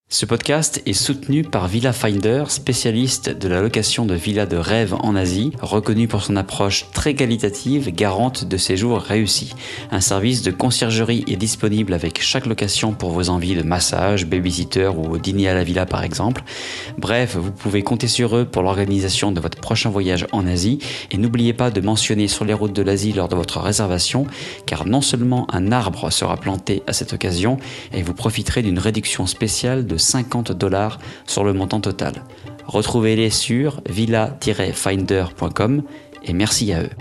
Ce podcast est soutenu par Villa Finder, spécialiste de la location de villas de rêve en Asie, reconnu pour son approche très qualitative, garante de séjours réussis. Un service de conciergerie est disponible avec chaque location pour vos envies de massage, babysitter ou dîner à la villa par exemple. Bref, vous pouvez compter sur eux pour l'organisation de votre prochain voyage en Asie et n'oubliez pas de mentionner sur les routes de l'Asie lors de votre réservation, car non seulement un arbre sera planté à cette occasion, et vous profiterez d'une réduction spéciale de $50 sur le montant total. Retrouvez-les sur villa-finder.com et merci à eux.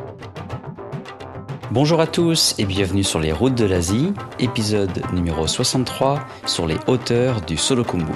Bonjour à tous et bienvenue sur les routes de l'Asie, épisode numéro 63 sur les hauteurs du Solokhumbu.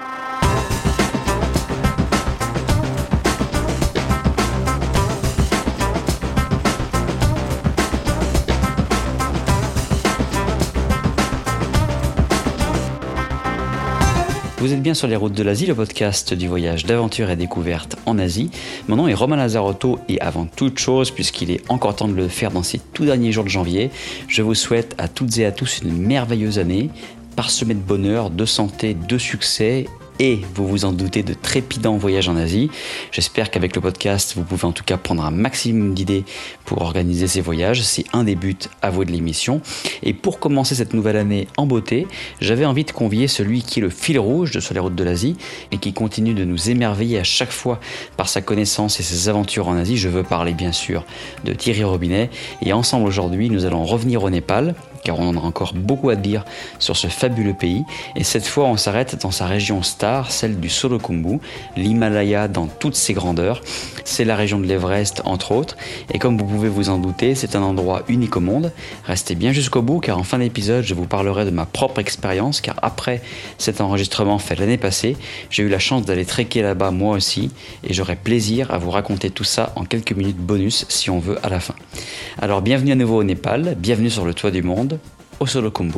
Vous êtes bien sur les routes de l'Asie, le podcast du voyage d'aventure et découverte en Asie. Mon nom est Romain Lazarotto et avant toute chose, puisqu'il est encore temps de le faire dans ces tout derniers jours de janvier, je vous souhaite à toutes et à tous une merveilleuse année, parsemée de bonheur, de santé, de succès et, vous vous en doutez, de trépidants voyages en Asie. J'espère qu'avec le podcast, vous pouvez en tout cas prendre un maximum d'idées pour organiser ces voyages. C'est un des buts à vous de l'émission. Et pour commencer cette nouvelle année en beauté, j'avais envie de convier celui qui est le fil rouge de Sur les routes de l'Asie et qui continue de nous émerveiller à chaque fois par sa connaissance et ses aventures en Asie. Je veux parler bien sûr de Thierry Robinet. Et ensemble aujourd'hui, nous allons revenir au Népal, car on en a encore beaucoup à dire sur ce fabuleux pays. Et cette fois, on s'arrête dans sa région star, celle du Solokhumbu, l'Himalaya dans toutes ses grandeurs. C'est la région de l'Everest, entre autres. Et comme vous pouvez vous en douter, c'est un endroit unique au monde. Restez bien jusqu'au bout, car en fin d'épisode, je vous parlerai de ma propre expérience, car après cet enregistrement fait l'année passée, j'ai eu la chance d'aller trekker là-bas moi aussi, et j'aurai plaisir à vous raconter tout ça en quelques minutes bonus, si on veut, à la fin. Alors bienvenue à nouveau au Népal, bienvenue sur le toit du monde, au Solokhumbu.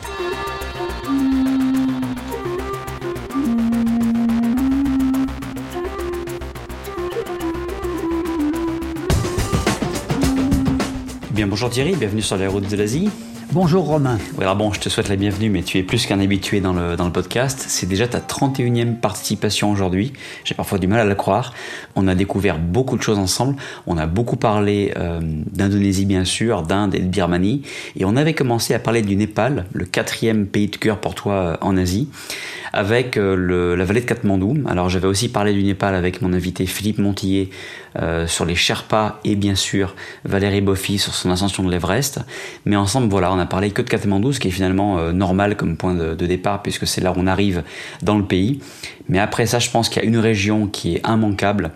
Bien, bonjour Thierry, bienvenue sur les routes de l'Asie. Bonjour Romain. Oui, alors bon, je te souhaite la bienvenue, mais tu es plus qu'un habitué dans le podcast. C'est déjà ta 31e participation aujourd'hui. J'ai parfois du mal à le croire. On a découvert beaucoup de choses ensemble. On a beaucoup parlé d'Indonésie, bien sûr, d'Inde et de Birmanie. Et on avait commencé à parler du Népal, le 4e pays de cœur pour toi en Asie, avec la vallée de Katmandou. Alors j'avais aussi parlé du Népal avec mon invité Philippe Montillet sur les Sherpas et bien sûr Valérie Boffy sur son ascension de l'Everest. Mais ensemble, voilà, on a parlé que de Katmandou, ce qui est finalement normal comme point de départ puisque c'est là où on arrive dans le pays. Mais après ça, je pense qu'il y a une région qui est immanquable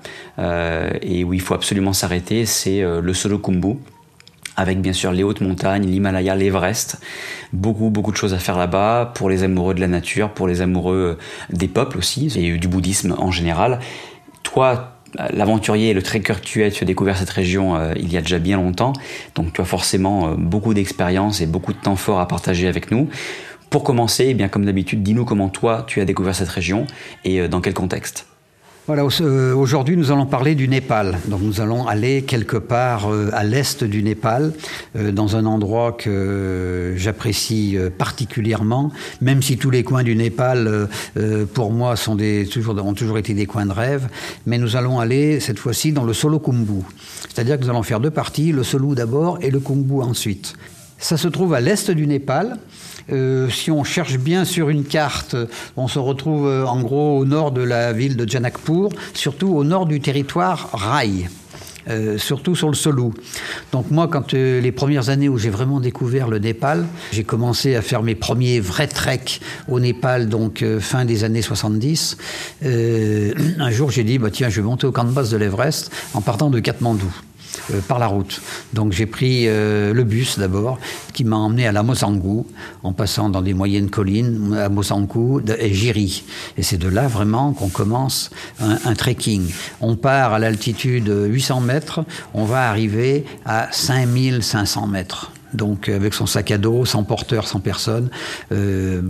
et où il faut absolument s'arrêter, c'est le Solokhumbu. Avec bien sûr les hautes montagnes, l'Himalaya, l'Everest. Beaucoup de choses à faire là-bas pour les amoureux de la nature, pour les amoureux des peuples aussi, et du bouddhisme en général. Toi, l'aventurier et le trekker que tu as découvert cette région il y a déjà bien longtemps, donc tu as forcément beaucoup d'expérience et beaucoup de temps fort à partager avec nous. Pour commencer, eh bien, comme d'habitude, dis-nous comment toi tu as découvert cette région et dans quel contexte. Voilà, aujourd'hui nous allons parler du Népal. Donc nous allons aller quelque part à l'est du Népal, dans un endroit que j'apprécie particulièrement, même si tous les coins du Népal, pour moi, ont toujours été des coins de rêve. Mais nous allons aller cette fois-ci dans le Solokhumbu. C'est-à-dire que nous allons faire deux parties, le Solo d'abord et le Khumbu ensuite. Ça se trouve à l'est du Népal. Si on cherche bien sur une carte, on se retrouve en gros au nord de la ville de Janakpur, surtout au nord du territoire Rai. Surtout sur le Solu. Donc moi, quand les premières années où j'ai vraiment découvert le Népal, j'ai commencé à faire mes premiers vrais treks au Népal, donc fin des années 70. Un jour, j'ai dit, tiens, je vais monter au camp de base de l'Everest en partant de Katmandou. Par la route. Donc j'ai pris le bus d'abord, qui m'a emmené à Lamosangou, en passant dans des moyennes collines, à Mosangkou et Jiri. Et c'est de là vraiment qu'on commence un trekking. On part à l'altitude 800 mètres, on va arriver à 5500 mètres. Donc avec son sac à dos, sans porteur, sans personne,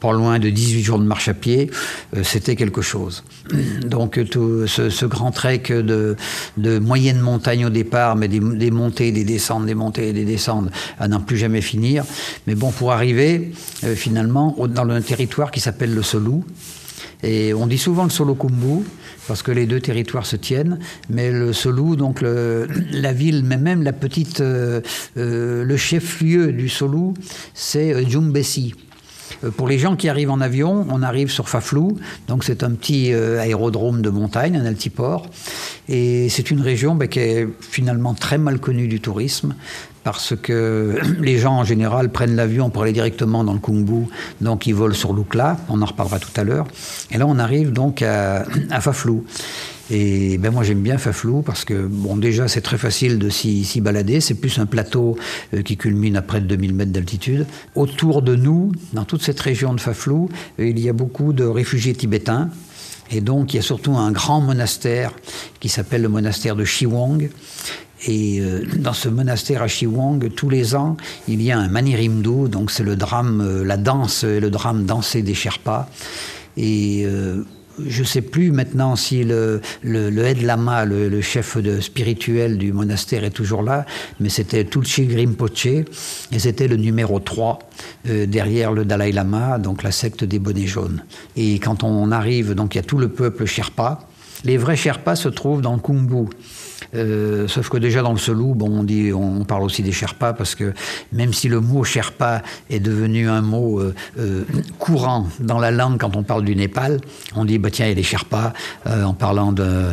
pas loin de 18 jours de marche à pied, c'était quelque chose. Donc tout ce grand trek de moyenne montagne au départ, mais des montées, des descentes, des montées et des descentes, à n'en plus jamais finir. Mais bon, pour arriver finalement dans un territoire qui s'appelle le Solou, et on dit souvent le Solokhumbu, parce que les deux territoires se tiennent, mais le Solou, donc la ville, mais même la petite, le chef-lieu du Solou, c'est Djumbesi. Pour les gens qui arrivent en avion, on arrive sur Faflou, donc c'est un petit aérodrome de montagne, un altiport, et c'est une région qui est finalement très mal connue du tourisme, parce que les gens en général prennent l'avion pour aller directement dans le Khumbu, donc ils volent sur Lukla, on en reparlera tout à l'heure, et là on arrive donc à Faflou. Et moi j'aime bien Faflou parce que bon, déjà c'est très facile de s'y balader, c'est plus un plateau qui culmine à près de 2000 mètres d'altitude. Autour de nous, dans toute cette région de Faflou, il y a beaucoup de réfugiés tibétains. Et donc il y a surtout un grand monastère qui s'appelle le monastère de Shiwong. Et dans ce monastère à Shiwong, tous les ans, il y a un Manirimdu, donc c'est le drame, la danse, le drame dansé des Sherpas. Et je ne sais plus maintenant si le Head Lama, le chef spirituel du monastère, est toujours là, mais c'était Tulsi Rinpoche, et c'était le numéro 3 derrière le Dalai Lama, donc la secte des bonnets jaunes. Et quand on arrive, donc il y a tout le peuple Sherpa. Les vrais Sherpas se trouvent dans le Khumbu. Sauf que déjà dans le Solou, on parle aussi des Sherpas parce que même si le mot Sherpa est devenu un mot courant dans la langue quand on parle du Népal, on dit tiens, il y a les Sherpas en parlant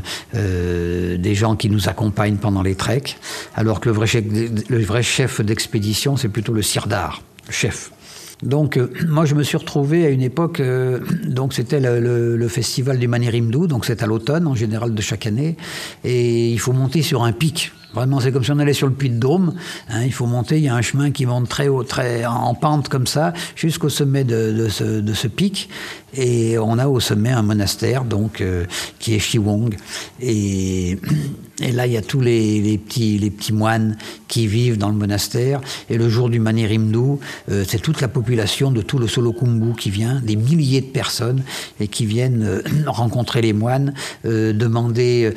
des gens qui nous accompagnent pendant les treks, alors que le vrai chef d'expédition, c'est plutôt le Sirdar, le chef. Donc, moi, je me suis retrouvé à une époque, donc c'était le festival du Manirimdu, donc c'est à l'automne, en général de chaque année, et il faut monter sur un pic. Vraiment, c'est comme si on allait sur le Puy de Dôme. Il faut monter, il y a un chemin qui monte très haut, très en pente comme ça, jusqu'au sommet de ce pic. Et on a au sommet un monastère, donc qui est Shiwong. Et là, il y a tous les petits moines qui vivent dans le monastère. Et le jour du Manirimdu, c'est toute la population de tout le Solokhumbu qui vient, des milliers de personnes, et qui viennent rencontrer les moines, demander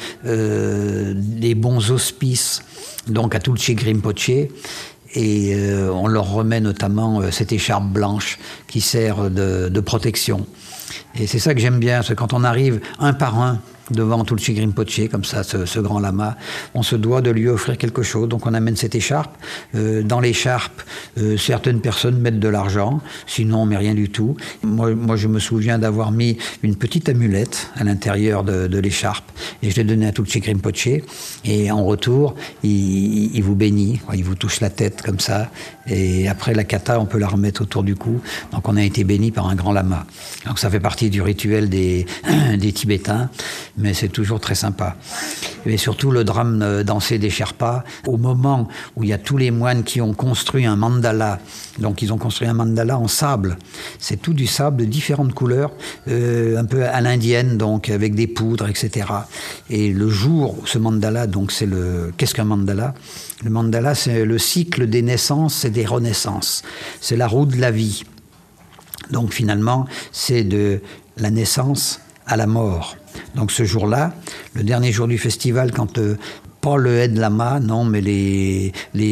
des bons auspices, donc à Tulsi Rinpoche. Et on leur remet notamment cette écharpe blanche qui sert de protection. Et c'est ça que j'aime bien, c'est quand on arrive un par un devant Tulsi Rinpoche, comme ça, ce grand lama, on se doit de lui offrir quelque chose. Donc on amène cette écharpe. Dans l'écharpe, certaines personnes mettent de l'argent, sinon on met rien du tout. Moi, je me souviens d'avoir mis une petite amulette à l'intérieur de l'écharpe, et je l'ai donnée à Tulsi Rinpoche. Et en retour, il vous bénit, il vous touche la tête comme ça. Et après la kata, on peut la remettre autour du cou. Donc on a été béni par un grand lama. Donc ça fait partie du rituel des Tibétains, mais c'est toujours très sympa. Et surtout le drame dansé des Sherpas, au moment où il y a tous les moines qui ont construit un mandala. Donc ils ont construit un mandala en sable. C'est tout du sable de différentes couleurs, un peu à l'indienne, donc avec des poudres, etc. Et le jour où ce mandala, donc qu'est-ce qu'un mandala ? Le mandala, c'est le cycle des naissances et des renaissances. C'est la roue de la vie. Donc finalement, c'est de la naissance à la mort. Donc ce jour-là, le dernier jour du festival, quand pas le Head Lama, non, mais les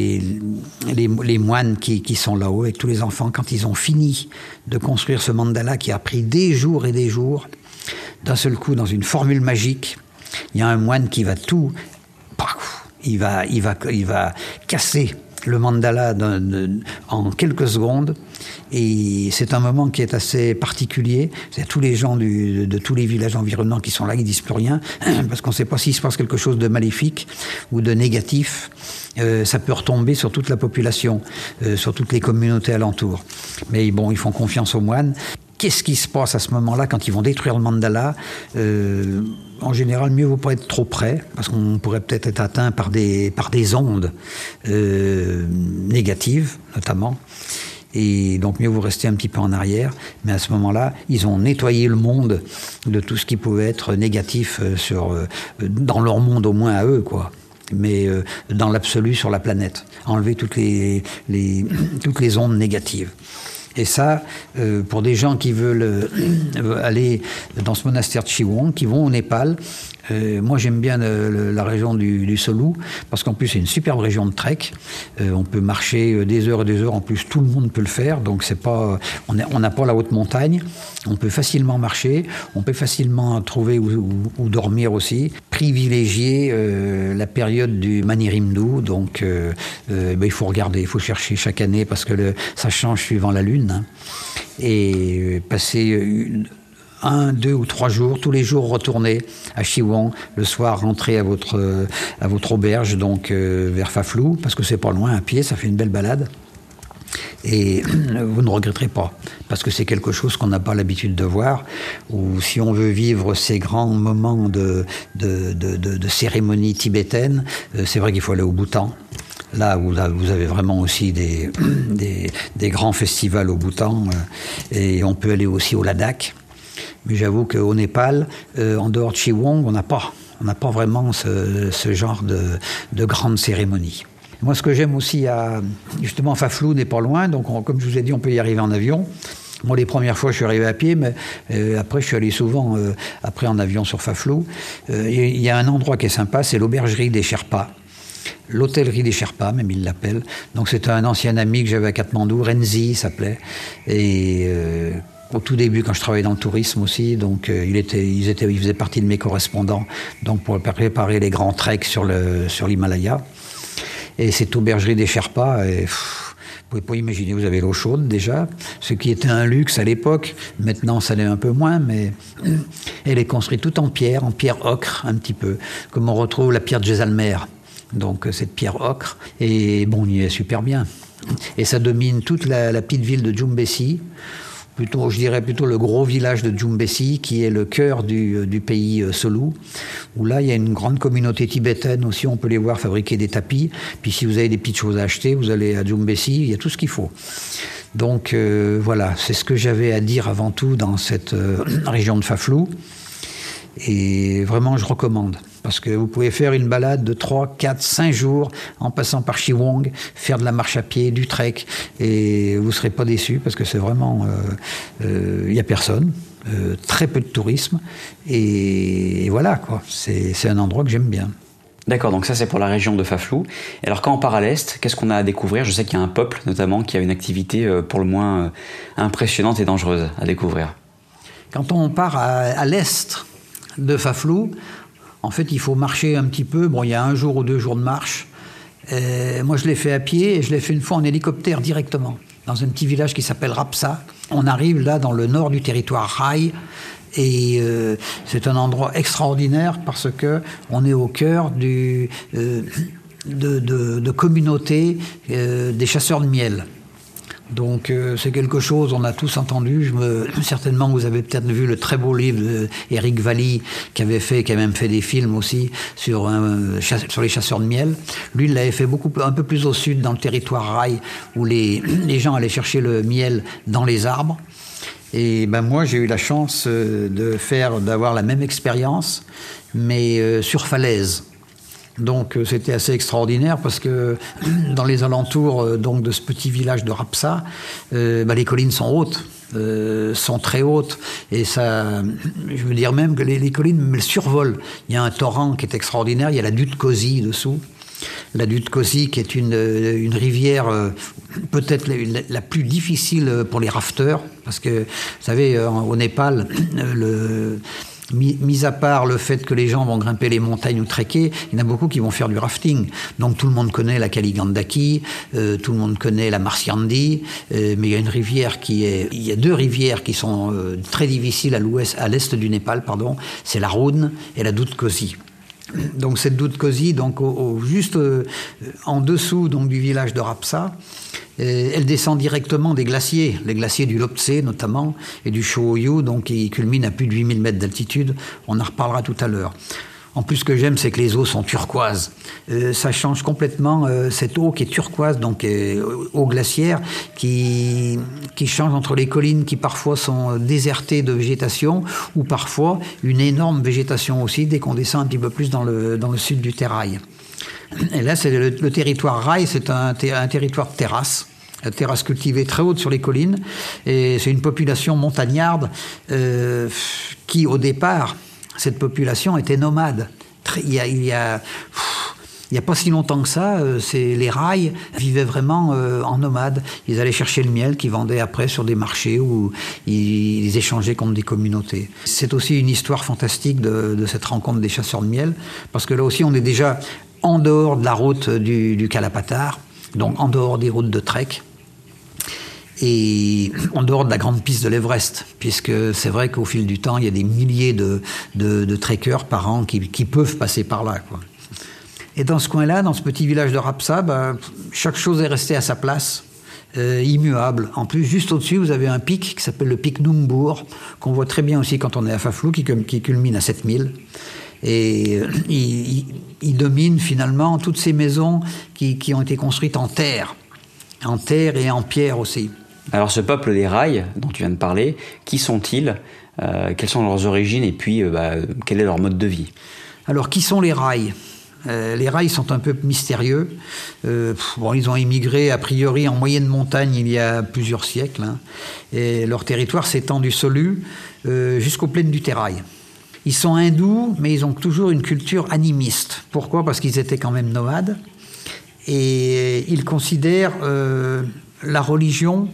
moines qui sont là-haut, et tous les enfants, quand ils ont fini de construire ce mandala qui a pris des jours et des jours, d'un seul coup, dans une formule magique, il y a un moine qui va tout... Il va casser le mandala en quelques secondes, et c'est un moment qui est assez particulier. C'est tous les gens de tous les villages environnants qui sont là, qui disent plus rien, parce qu'on ne sait pas s'il se passe quelque chose de maléfique ou de négatif. Ça peut retomber sur toute la population, sur toutes les communautés alentours. Mais bon, ils font confiance aux moines. Qu'est-ce qui se passe à ce moment-là quand ils vont détruire le mandala ? En général, mieux vaut pas être trop près, parce qu'on pourrait peut-être être atteint par des ondes négatives, notamment. Et donc, mieux vaut rester un petit peu en arrière. Mais à ce moment-là, ils ont nettoyé le monde de tout ce qui pouvait être négatif dans leur monde, au moins à eux, quoi. Mais dans l'absolu, sur la planète. Enlever toutes les ondes négatives. Et ça, pour des gens qui veulent aller dans ce monastère de Chiwong, qui vont au Népal, moi j'aime bien la région du Solu, parce qu'en plus c'est une superbe région de trek. On peut marcher des heures et des heures, en plus tout le monde peut le faire, donc c'est pas, on n'a pas la haute montagne, on peut facilement marcher, on peut facilement trouver où dormir aussi. Privilégier la période du Manirimdu, donc il faut regarder, il faut chercher chaque année, parce que ça change suivant la lune, hein. Et passer 1, 2 ou 3 jours, tous les jours retourner à Chiwong, le soir rentrer à votre auberge, donc vers Phaflou, parce que c'est pas loin, à pied, ça fait une belle balade. Et vous ne regretterez pas, parce que c'est quelque chose qu'on n'a pas l'habitude de voir, ou si on veut vivre ces grands moments de cérémonie tibétaine, c'est vrai qu'il faut aller au Bhoutan. Là, vous avez vraiment aussi des grands festivals au Bhoutan, et on peut aller aussi au Ladakh. Mais j'avoue qu'au Népal, en dehors de Chiwong, on n'a pas vraiment ce genre de grandes cérémonies. Moi, ce que j'aime aussi, justement, Phaflou n'est pas loin, donc comme je vous ai dit, on peut y arriver en avion. Moi, les premières fois, je suis arrivé à pied, mais après, je suis allé souvent après en avion sur Phaflou. Il y a un endroit qui est sympa, c'est l'aubergerie des Sherpas. L'hôtellerie des Sherpas, même ils l'appellent. Donc c'est un ancien ami que j'avais à Katmandou, Renzi il s'appelait. Et au tout début, quand je travaillais dans le tourisme aussi, donc il faisait partie de mes correspondants, donc pour préparer les grands treks sur l'Himalaya. Et cette aubergerie des Sherpas, vous pouvez pas imaginer, vous avez l'eau chaude déjà, ce qui était un luxe à l'époque. Maintenant, ça l'est un peu moins, mais elle est construite toute en pierre ocre un petit peu, comme on retrouve la pierre de Jaisalmer. Donc cette pierre ocre, et bon, on y est super bien. Et ça domine toute la petite ville de Jumbesi, je dirais plutôt le gros village de Jumbesi, qui est le cœur du pays Solu, où là il y a une grande communauté tibétaine aussi, on peut les voir fabriquer des tapis, puis si vous avez des petites choses à acheter, vous allez à Jumbesi, il y a tout ce qu'il faut. Donc voilà, c'est ce que j'avais à dire avant tout dans cette région de Phaflou, et vraiment je recommande. Parce que vous pouvez faire une balade de 3, 4, 5 jours en passant par Chiwong, faire de la marche à pied, du trek, et vous ne serez pas déçus parce que c'est vraiment... Il n'y a personne, très peu de tourisme, et voilà, quoi. C'est un endroit que j'aime bien. D'accord, donc ça c'est pour la région de Phaflou. Et alors quand on part à l'est, qu'est-ce qu'on a à découvrir ? Je sais qu'il y a un peuple notamment qui a une activité pour le moins impressionnante et dangereuse à découvrir. Quand on part à l'est de Phaflou, en fait, il faut marcher un petit peu. Bon, il y a 1 jour ou 2 jours de marche. Moi, je l'ai fait à pied et je l'ai fait une fois en hélicoptère directement, dans un petit village qui s'appelle Rapsa. On arrive là dans le nord du territoire Rai. Et c'est un endroit extraordinaire parce qu'on est au cœur de communautés des chasseurs de miel. Donc c'est quelque chose, on a tous entendu, certainement vous avez peut-être vu le très beau livre d'Éric Valli qui a même fait des films aussi sur les chasseurs de miel. Lui, il l'avait fait un peu plus au sud, dans le territoire Rai, où les gens allaient chercher le miel dans les arbres. Et moi, j'ai eu la chance d'avoir la même expérience, mais sur falaise. Donc c'était assez extraordinaire parce que dans les alentours donc de ce petit village de Rapsa, les collines sont hautes, sont très hautes, et ça, je veux dire même que les collines survolent. Il y a un torrent qui est extraordinaire, il y a la Dudh Kosi dessous. La Dudh Kosi qui est une rivière peut-être la plus difficile pour les rafteurs, parce que vous savez au Népal mis à part le fait que les gens vont grimper les montagnes ou trekker, il y en a beaucoup qui vont faire du rafting. Donc tout le monde connaît la Kaligandaki, tout le monde connaît la Marsyandi, mais il y a il y a 2 rivières qui sont très difficiles à l'est du Népal, c'est la Rhône et la Dudh Kosi. Donc cette Dudh Kosi, donc juste en dessous donc du village de Rapsa, elle descend directement des glaciers, les glaciers du Lhotse notamment, et du Cho-Oyu, donc qui culminent à plus de 8000 mètres d'altitude. On en reparlera tout à l'heure. En plus, ce que j'aime, c'est que les eaux sont turquoises. Ça change complètement cette eau qui est turquoise, donc eau glaciaire, qui change entre les collines qui parfois sont désertées de végétation, ou parfois une énorme végétation aussi, dès qu'on descend un petit peu plus dans le sud du Terai. Et là, c'est le territoire Rai, c'est un territoire de terrasse. terrasses cultivées très hautes sur les collines. Et c'est une population montagnarde qui, au départ, cette population était nomade. Il y a pas si longtemps que ça, les rails vivaient vraiment en nomade. Ils allaient chercher le miel qu'ils vendaient après sur des marchés où ils échangeaient contre des communautés. C'est aussi une histoire fantastique de cette rencontre des chasseurs de miel, parce que là aussi on est déjà en dehors de la route du Kalapatar, donc en dehors des routes de trek, et en dehors de la grande piste de l'Everest, puisque c'est vrai qu'au fil du temps, il y a des milliers de trekkers par an qui peuvent passer par là, quoi. Et dans ce coin-là, dans ce petit village de Rapsa, chaque chose est restée à sa place, immuable. En plus, juste au-dessus, vous avez un pic qui s'appelle le pic Numbour, qu'on voit très bien aussi quand on est à Faflou, qui culmine à 7000. Et il domine finalement toutes ces maisons qui ont été construites en terre et en pierre aussi. Alors ce peuple des rails dont tu viens de parler, qui sont-ils ? Quelles sont leurs origines et puis quel est leur mode de vie ? Alors qui sont les rails ? Les rails sont un peu mystérieux. Ils ont immigré a priori en moyenne montagne il y a plusieurs siècles, hein, et leur territoire s'étend du Solu jusqu'aux plaines du Térail. Ils sont hindous, mais ils ont toujours une culture animiste. Pourquoi ? Parce qu'ils étaient quand même nomades, et ils considèrent leur religion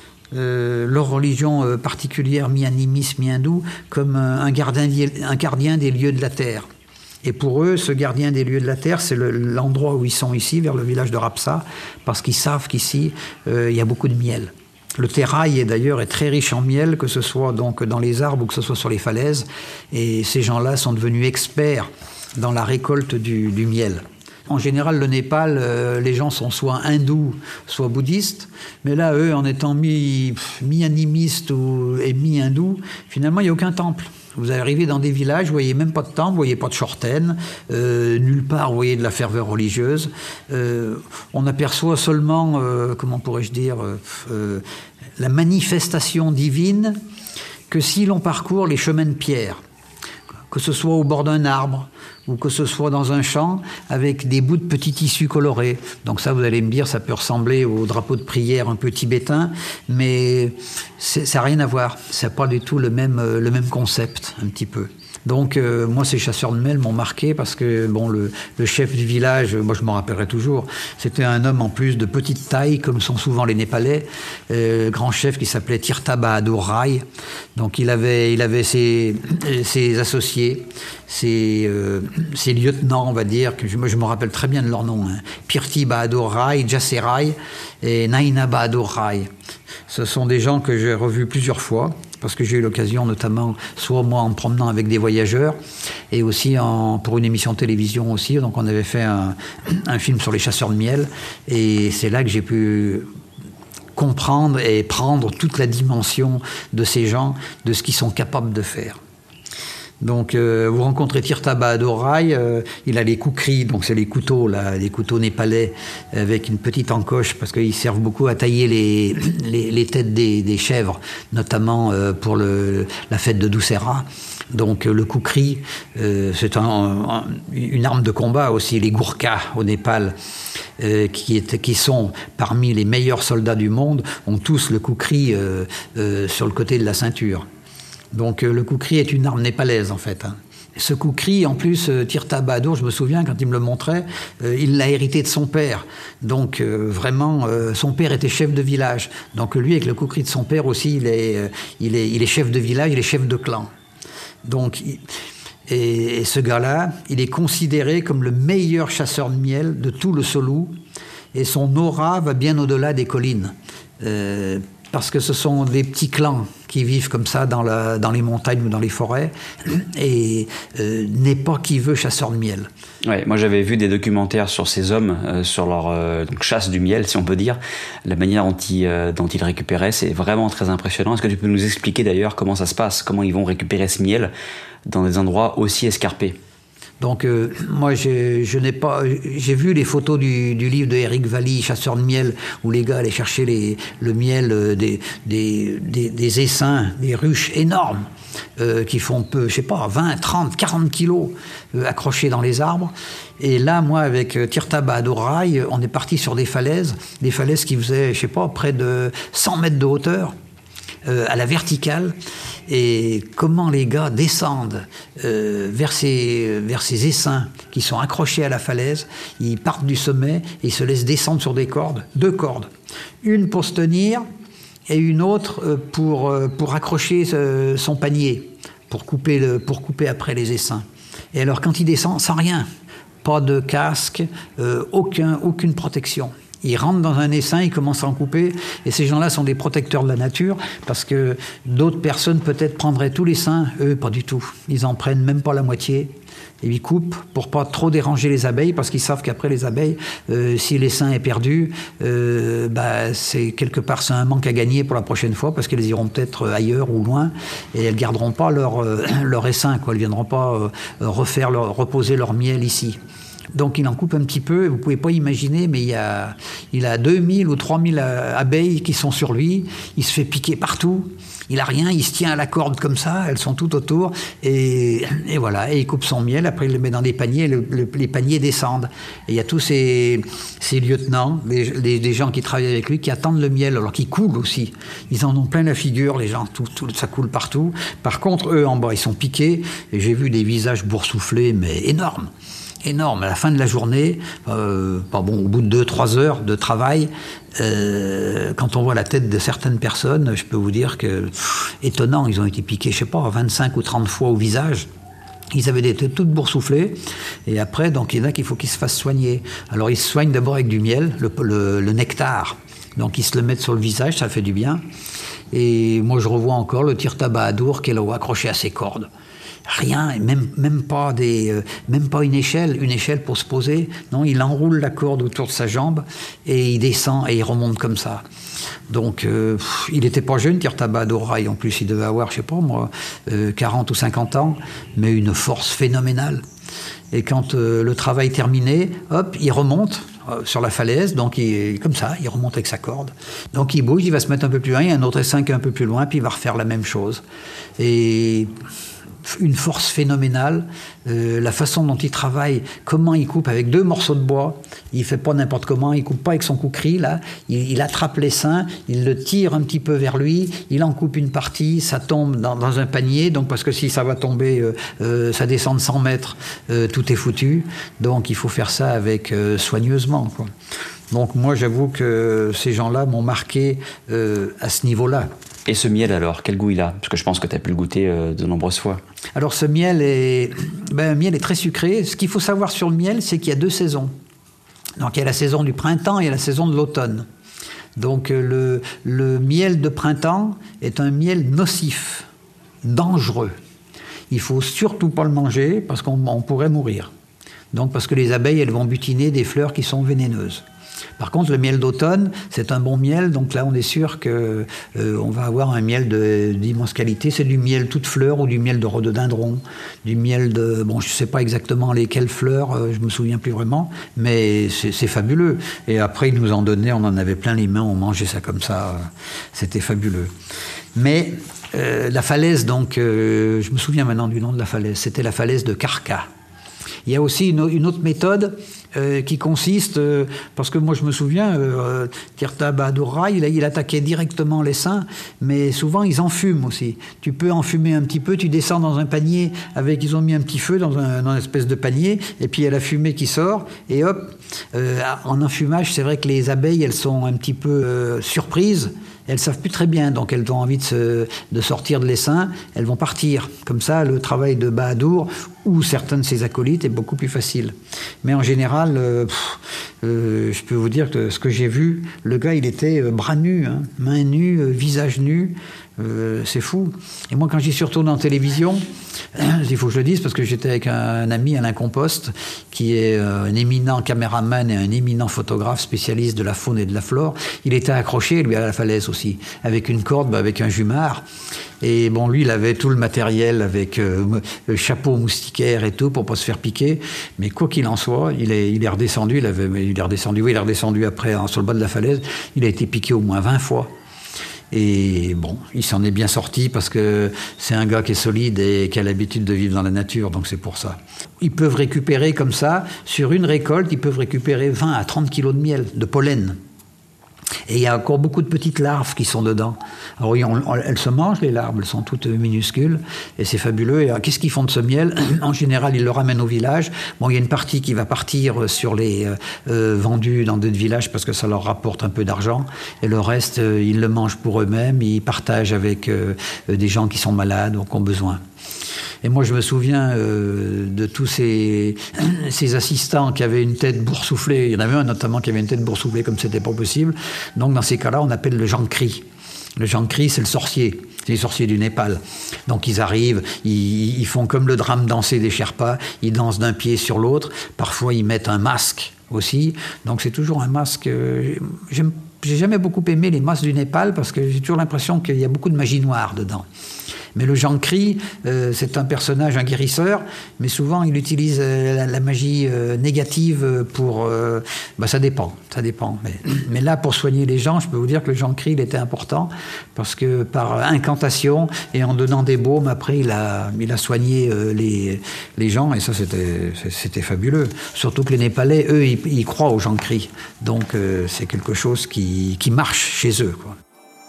particulière, mi-animiste, mi-hindou, comme un gardien des lieux de la terre. Et pour eux, ce gardien des lieux de la terre, c'est l'endroit où ils sont ici, vers le village de Rapsa, parce qu'ils savent qu'ici, il y a beaucoup de miel. Le Térail d'ailleurs est très riche en miel, que ce soit donc dans les arbres ou que ce soit sur les falaises. Et ces gens-là sont devenus experts dans la récolte du miel. En général, le Népal, les gens sont soit hindous, soit bouddhistes. Mais là, eux, en étant mi-animistes et mi-hindous, finalement, il n'y a aucun temple. Vous arrivez dans des villages, vous voyez même pas de temple, vous voyez pas de chorten, nulle part vous voyez de la ferveur religieuse. On aperçoit seulement, comment pourrais-je dire, la manifestation divine que si l'on parcourt les chemins de pierre, que ce soit au bord d'un arbre ou que ce soit dans un champ avec des bouts de petits tissus colorés. Donc ça, vous allez me dire, ça peut ressembler au drapeau de prière un peu tibétain, mais ça n'a rien à voir. C'est pas du tout le même concept, un petit peu. Donc moi, ces chasseurs de miel m'ont marqué parce que le chef du village, moi je m'en rappellerai toujours, c'était un homme en plus de petite taille, comme sont souvent les Népalais, grand chef qui s'appelait Tirtha Bahadur Rai. Donc il avait ses associés, ses lieutenants, on va dire, que moi je me rappelle très bien de leur nom, hein. Pirti Bahadur Rai, Jassé Rai et Naina Bahadur Rai. Ce sont des gens que j'ai revus plusieurs fois, parce que j'ai eu l'occasion, notamment, soit moi en me promenant avec des voyageurs, et aussi pour une émission de télévision aussi. Donc on avait fait un film sur les chasseurs de miel, et c'est là que j'ai pu comprendre et prendre toute la dimension de ces gens, de ce qu'ils sont capables de faire. Donc vous rencontrez Tirtha Bahadur Rai, il a les kukris, donc c'est les couteaux népalais avec une petite encoche parce qu'ils servent beaucoup à tailler les têtes des chèvres, notamment pour la fête de Dussehra. Donc le kukri, c'est une arme de combat aussi, les Gourkhas au Népal, qui sont parmi les meilleurs soldats du monde, ont tous le kukri sur le côté de la ceinture. Donc le kukri est une arme népalaise en fait. Ce kukri, en plus, Tirtha Bahadur, je me souviens quand il me le montrait, il l'a hérité de son père. Donc vraiment, son père était chef de village. Donc lui, avec le kukri de son père aussi, il est chef de village, il est chef de clan. Donc et ce gars-là, il est considéré comme le meilleur chasseur de miel de tout le Solu, et son aura va bien au-delà des collines. Parce que ce sont des petits clans qui vivent comme ça dans les montagnes ou dans les forêts, et n'est pas qui veut chasseur de miel. Ouais, moi j'avais vu des documentaires sur ces hommes, sur leur chasse du miel, si on peut dire, la manière dont ils récupéraient, c'est vraiment très impressionnant. Est-ce que tu peux nous expliquer d'ailleurs comment ça se passe, comment ils vont récupérer ce miel dans des endroits aussi escarpés ? Donc moi j'ai vu les photos du livre de Eric Valli, Chasseur de miel, où les gars allaient chercher le miel des essaims, des ruches énormes qui font 20, 30, 40 kilos accrochés dans les arbres. Et là, moi, avec Tirtaba Adorai, on est parti sur des falaises qui faisaient, près de 100 mètres de hauteur, à la verticale. Et comment les gars descendent vers ces essaims qui sont accrochés à la falaise, ils partent du sommet et ils se laissent descendre sur deux cordes. Une pour se tenir et une autre pour accrocher son panier, pour couper après les essaims. Et alors quand ils descendent, sans rien, pas de casque, aucune protection. Ils rentrent dans un essaim, ils commencent à en couper, et ces gens-là sont des protecteurs de la nature, parce que d'autres personnes peut-être prendraient tous les essaims, eux pas du tout. Ils en prennent même pas la moitié, et ils coupent pour pas trop déranger les abeilles, parce qu'ils savent qu'après les abeilles, si l'essaim est perdu, c'est quelque part c'est un manque à gagner pour la prochaine fois, parce qu'elles iront peut-être ailleurs ou loin, et elles garderont pas leur essaim, quoi. Elles viendront pas reposer leur miel ici. Donc il en coupe un petit peu, vous ne pouvez pas imaginer, mais il a 2000 ou 3000 abeilles qui sont sur lui, il se fait piquer partout, il n'a rien, il se tient à la corde comme ça, elles sont tout autour, et voilà, et il coupe son miel, après il le met dans des paniers, les paniers descendent. Et il y a tous ces lieutenants, des gens qui travaillent avec lui, qui attendent le miel, alors qu'ils coulent aussi. Ils en ont plein la figure, les gens, tout ça coule partout. Par contre, eux en bas, ils sont piqués, et j'ai vu des visages boursouflés, mais énormes. Énorme. À la fin de la journée, au bout de 2-3 heures de travail, quand on voit la tête de certaines personnes, je peux vous dire que, étonnant, ils ont été piqués, 25 ou 30 fois au visage. Ils avaient des têtes toutes boursouflées, et après, donc, il y en a qu'il faut qu'ils se fassent soigner. Alors, ils se soignent d'abord avec du miel, le nectar. Donc, ils se le mettent sur le visage, ça fait du bien. Et moi, je revois encore le Tirtaba Adour qui est là-haut accroché à ses cordes. Rien, même pas une échelle pour se poser. Non, il enroule la corde autour de sa jambe et il descend et il remonte comme ça. Donc, il n'était pas jeune, Tirtaba Adorai, en plus, il devait avoir, 40 ou 50 ans, mais une force phénoménale. Et quand le travail terminé, hop, il remonte sur la falaise, donc il remonte avec sa corde. Donc il bouge, il va se mettre un peu plus loin, il y a un autre essaim qui est un peu plus loin, puis il va refaire la même chose. Et une force phénoménale, la façon dont il travaille, comment il coupe avec 2 morceaux de bois, il fait pas n'importe comment, il coupe pas avec son coucri, là, il attrape l'essaim, il le tire un petit peu vers lui, il en coupe une partie, ça tombe dans un panier, donc parce que si ça va tomber, ça descend de 100 mètres, tout est foutu, donc il faut faire ça avec soigneusement, quoi. Donc moi j'avoue que ces gens-là m'ont marqué à ce niveau-là. Et ce miel alors, quel goût il a? Parce que je pense que tu as pu le goûter de nombreuses fois. Alors ce miel est très sucré. Ce qu'il faut savoir sur le miel, c'est qu'il y a 2 saisons. Donc il y a la saison du printemps et il y a la saison de l'automne. Donc le miel de printemps est un miel nocif, dangereux. Il faut surtout pas le manger parce qu'on pourrait mourir. Donc parce que les abeilles, elles vont butiner des fleurs qui sont vénéneuses. Par contre, le miel d'automne, c'est un bon miel, donc là on est sûr que on va avoir un miel d'immense qualité. C'est du miel toute fleur ou du miel de rhododendron, du miel de... Bon, je ne sais pas exactement lesquelles fleurs, je ne me souviens plus vraiment, mais c'est fabuleux. Et après, ils nous en donnaient, on en avait plein les mains, on mangeait ça comme ça, c'était fabuleux. Mais la falaise, donc, je me souviens maintenant du nom de la falaise, c'était la falaise de Karka. Il y a aussi une autre méthode qui consiste, parce que moi je me souviens, Tirtaba Adorai, il attaquait directement l'essaim, mais souvent ils enfument aussi. Tu peux enfumer un petit peu, tu descends dans un panier, ils ont mis un petit feu dans une espèce de panier, et puis il y a la fumée qui sort, et hop, en enfumage, c'est vrai que les abeilles, elles sont un petit peu surprises, elles savent plus très bien, donc elles ont envie de sortir de l'essaim, elles vont partir. Comme ça, le travail de Bahadur ou certains de ses acolytes est beaucoup plus facile. Mais en général, je peux vous dire que ce que j'ai vu, le gars, il était bras nus, mains nues, visage nu. C'est fou. Et moi, quand j'y suis retourné en télévision, il faut que je le dise, parce que j'étais avec un ami, Alain Compost, qui est un éminent caméraman et un éminent photographe spécialiste de la faune et de la flore. Il était accroché, lui, à la falaise aussi, avec une corde, avec un jumard. Et bon, lui, il avait tout le matériel avec chapeau moustiquaire et tout pour pas se faire piquer. Mais quoi qu'il en soit, il est redescendu. Il est redescendu après sur le bas de la falaise. Il a été piqué au moins 20 fois. Et bon, il s'en est bien sorti parce que c'est un gars qui est solide et qui a l'habitude de vivre dans la nature, donc c'est pour ça. Ils peuvent récupérer comme ça, sur une récolte, ils peuvent récupérer 20 à 30 kilos de miel, de pollen. Et il y a encore beaucoup de petites larves qui sont dedans. Alors oui, elles se mangent, les larves, elles sont toutes minuscules, et c'est fabuleux. Et alors, qu'est-ce qu'ils font de ce miel? En général, ils le ramènent au village. Bon, il y a une partie qui va partir sur les vendus dans d'autres villages parce que ça leur rapporte un peu d'argent. Et le reste, ils le mangent pour eux-mêmes. Ils partagent avec des gens qui sont malades ou qui ont besoin. Et moi, je me souviens de tous ces assistants qui avaient une tête boursouflée. Il y en avait un notamment qui avait une tête boursouflée comme c'était pas possible. Donc, dans ces cas-là, on appelle le Jankri. Le Jankri, c'est le sorcier. C'est les sorciers du Népal. Donc, ils arrivent, ils font comme le drame danser des Sherpas. Ils dansent d'un pied sur l'autre. Parfois, ils mettent un masque aussi. Donc, c'est toujours un masque... J'ai jamais beaucoup aimé les masques du Népal parce que j'ai toujours l'impression qu'il y a beaucoup de magie noire dedans. Mais le Jankri, c'est un personnage, un guérisseur, mais souvent il utilise la magie négative pour... ça dépend. Mais là, pour soigner les gens, je peux vous dire que le Jankri, il était important, parce que par incantation et en donnant des baumes, après, il a soigné les gens, et ça, c'était fabuleux. Surtout que les Népalais, eux, ils croient au Jankri. Donc, c'est quelque chose qui marche chez eux, quoi.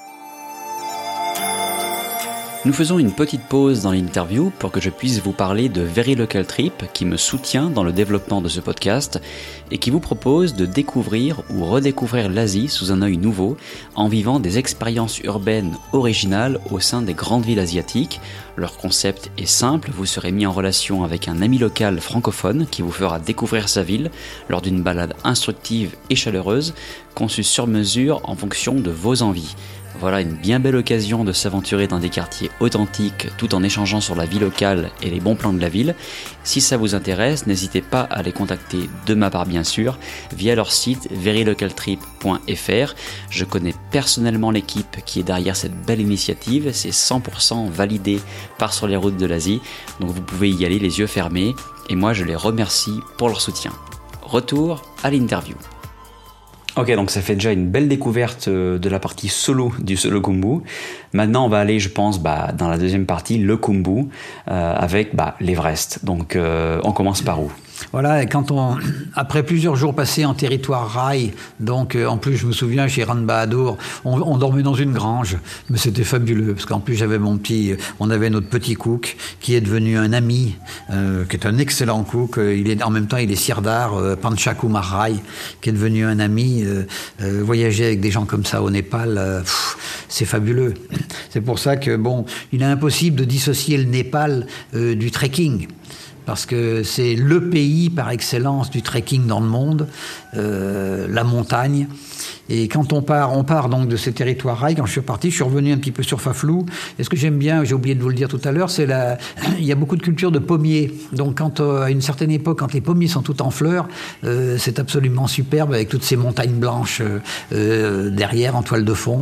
Nous faisons une petite pause dans l'interview pour que je puisse vous parler de Very Local Trip qui me soutient dans le développement de ce podcast et qui vous propose de découvrir ou redécouvrir l'Asie sous un œil nouveau en vivant des expériences urbaines originales au sein des grandes villes asiatiques. Leur concept est simple, vous serez mis en relation avec un ami local francophone qui vous fera découvrir sa ville lors d'une balade instructive et chaleureuse, conçue sur mesure en fonction de vos envies. Voilà une bien belle occasion de s'aventurer dans des quartiers authentiques tout en échangeant sur la vie locale et les bons plans de la ville. Si ça vous intéresse, n'hésitez pas à les contacter de ma part bien sûr, via leur site verylocaltrip.fr. Je connais personnellement l'équipe qui est derrière cette belle initiative, c'est 100% validé par Sur les routes de l'Asie, donc vous pouvez y aller les yeux fermés et moi je les remercie pour leur soutien. Retour à l'interview. Ok, donc ça fait déjà une belle découverte de la partie solo du Solo Khumbu. Maintenant, on va aller, je pense, dans la deuxième partie, le Khumbu, avec l'Everest. Donc, on commence par où ? Voilà, et après plusieurs jours passés en territoire rail, donc en plus je me souviens chez Rand Bahadur, on dormait dans une grange, mais c'était fabuleux, parce qu'en plus on avait notre petit cook qui est devenu un ami, qui est un excellent cook, en même temps il est sirdar, Panchakumar Rai, qui est devenu un ami, voyager avec des gens comme ça au Népal, c'est fabuleux. C'est pour ça que il est impossible de dissocier le Népal du trekking. Parce que c'est le pays par excellence du trekking dans le monde, la montagne. Et quand on part donc de ces territoires rails, quand je suis parti, je suis revenu un petit peu sur Faflou. Et ce que j'aime bien, j'ai oublié de vous le dire tout à l'heure, il y a beaucoup de culture de pommiers. Donc à une certaine époque, quand les pommiers sont tout en fleurs, c'est absolument superbe avec toutes ces montagnes blanches derrière en toile de fond.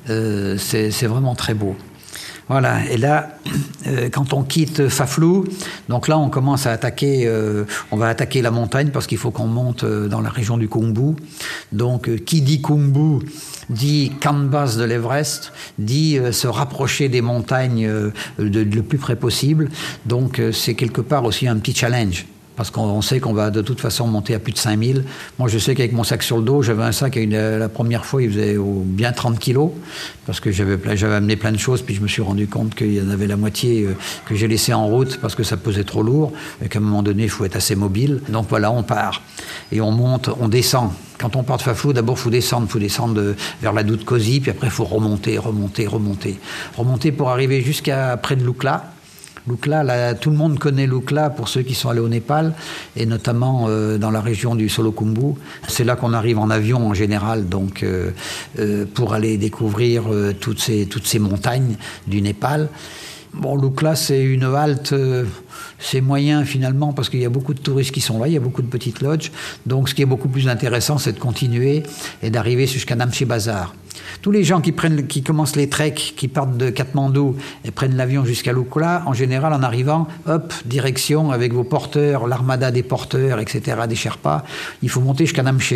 C'est vraiment très beau. Voilà, et là, quand on quitte Faflou, donc là on commence à attaquer, on va attaquer la montagne parce qu'il faut qu'on monte dans la région du Khumbu. Donc qui dit Khumbu dit camp de base de l'Everest, dit se rapprocher des montagnes le plus près possible. Donc c'est quelque part aussi un petit challenge. Parce qu'on sait qu'on va de toute façon monter à plus de 5000. Moi, je sais qu'avec mon sac sur le dos, j'avais un sac, la première fois, il faisait bien 30 kilos, parce que j'avais amené plein de choses, puis je me suis rendu compte qu'il y en avait la moitié que j'ai laissé en route, parce que ça pesait trop lourd, et qu'à un moment donné, il faut être assez mobile. Donc voilà, on part. Et on monte, on descend. Quand on part de Faflou, d'abord, il faut descendre vers la Doute Kosi, puis après, il faut remonter pour arriver jusqu'à près de Lukla. Lukla, tout le monde connaît Lukla pour ceux qui sont allés au Népal, et notamment dans la région du Solokhumbu. C'est là qu'on arrive en avion en général, donc pour aller découvrir toutes ces montagnes du Népal. Bon, Lukla, c'est une halte... c'est moyen finalement parce qu'il y a beaucoup de touristes qui sont là, il y a beaucoup de petites lodges. Donc ce qui est beaucoup plus intéressant, c'est de continuer et d'arriver jusqu'à Namche Bazar. Tous les gens qui commencent les treks, qui partent de Katmandou et prennent l'avion jusqu'à Lukla, en général en arrivant, hop, direction avec vos porteurs, l'armada des porteurs, etc., des Sherpas, il faut monter jusqu'à Namche.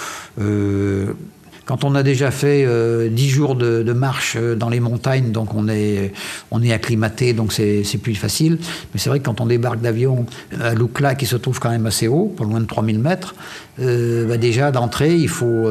Quand on a déjà fait 10 jours de marche dans les montagnes, donc on est acclimaté, donc c'est plus facile. Mais c'est vrai que quand on débarque d'avion à Lukla, qui se trouve quand même assez haut, pas loin de 3000 mètres, déjà d'entrée, il faut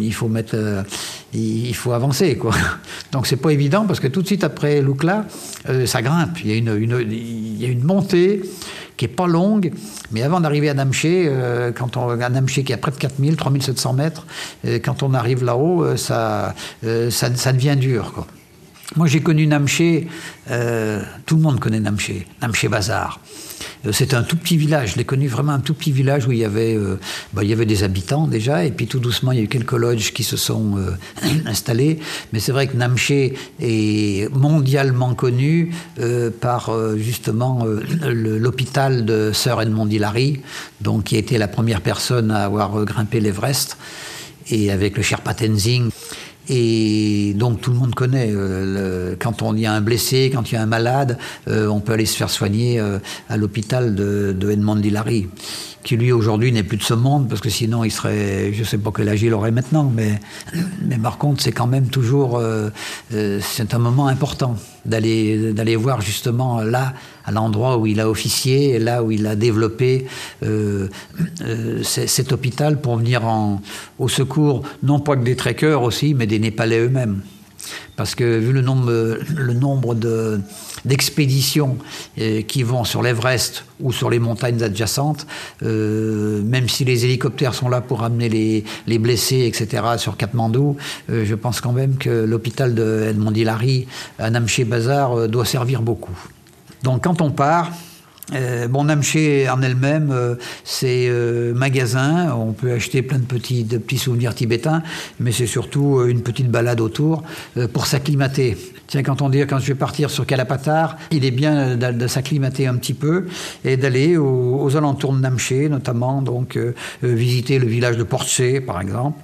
avancer, quoi. Donc c'est pas évident parce que tout de suite après Lukla, ça grimpe. Il y a une montée qui est pas longue, mais avant d'arriver à Namche, à Namche qui est à près de 4000, 3700 mètres, quand on arrive là-haut, ça devient dur, quoi. Moi, j'ai connu Namche, tout le monde connaît Namche Bazar. C'est un tout petit village, je l'ai connu vraiment un tout petit village où il y avait des habitants déjà, et puis tout doucement, il y a eu quelques lodges qui se sont installés. Mais c'est vrai que Namche est mondialement connu par justement l'hôpital de Sir Edmond Hillary, donc qui a été la première personne à avoir grimpé l'Everest, et avec le Sherpa Tenzing. Et donc tout le monde connaît, quand il y a un blessé, quand il y a un malade, on peut aller se faire soigner à l'hôpital de Edmond Hillary, qui lui aujourd'hui n'est plus de ce monde, parce que sinon il serait, je ne sais pas quel âge il aurait maintenant, mais par contre c'est quand même toujours, c'est un moment important d'aller voir justement là, à l'endroit où il a officié, là où il a développé cet hôpital pour venir au secours, non pas que des trekkers aussi, mais des Népalais eux-mêmes. Parce que vu le nombre d'expéditions qui vont sur l'Everest ou sur les montagnes adjacentes, même si les hélicoptères sont là pour amener les blessés, etc., sur Katmandou, je pense quand même que l'hôpital de Edmond Hillary à Namche Bazar doit servir beaucoup. Donc quand on part, Namche en elle-même, c'est magasin, on peut acheter plein de petits souvenirs tibétains, mais c'est surtout une petite balade autour pour s'acclimater. Tiens, quand je vais partir sur Kalapatar, il est bien de s'acclimater un petit peu et d'aller aux alentours de Namche, notamment, donc visiter le village de Portse, par exemple,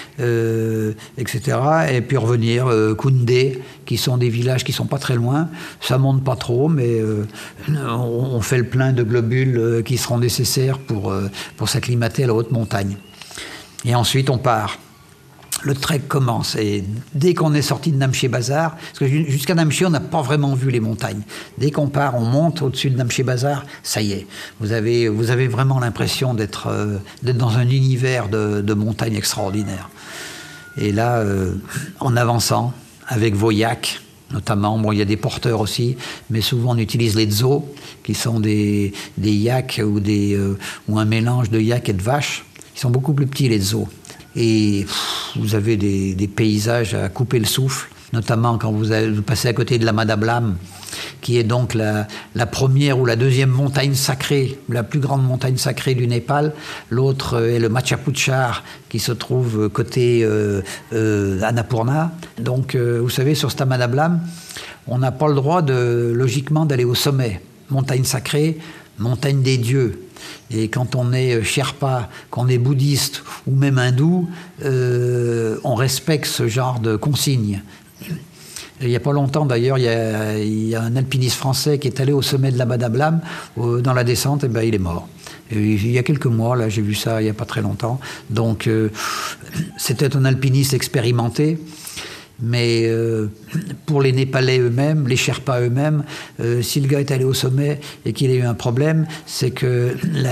etc. Et puis revenir, Koundé, qui sont des villages qui sont pas très loin. Ça monte pas trop, mais on fait le plein de globules qui seront nécessaires pour s'acclimater à la haute montagne. Et ensuite, on part. Le trek commence, et dès qu'on est sorti de Namche Bazar, parce que jusqu'à Namche, on n'a pas vraiment vu les montagnes. Dès qu'on part, on monte au-dessus de Namche Bazar, ça y est, vous avez vraiment l'impression d'être dans un univers de montagnes extraordinaires. Et là, en avançant, avec vos yaks, notamment, il y a des porteurs aussi, mais souvent on utilise les tzos, qui sont des yaks ou un mélange de yaks et de vaches, qui sont beaucoup plus petits, les tzos. Et vous avez des paysages à couper le souffle, notamment quand vous passez à côté de la Madablam, qui est donc la première ou la deuxième montagne sacrée, la plus grande montagne sacrée du Népal. L'autre est le Machapuchar, qui se trouve côté Annapurna. Donc, vous savez, sur cette Madablam, on n'a pas le droit, logiquement, d'aller au sommet. Montagne sacrée, montagne des dieux. Et quand on est Sherpa, qu'on est bouddhiste ou même hindou, on respecte ce genre de consignes. Il n'y a pas longtemps d'ailleurs, il y a un alpiniste français qui est allé au sommet de la Madablam, dans la descente, et il est mort. Il y a quelques mois, là, j'ai vu ça il n'y a pas très longtemps. Donc c'était un alpiniste expérimenté. Mais pour les Népalais eux-mêmes, les Sherpas eux-mêmes, si le gars est allé au sommet et qu'il a eu un problème, c'est que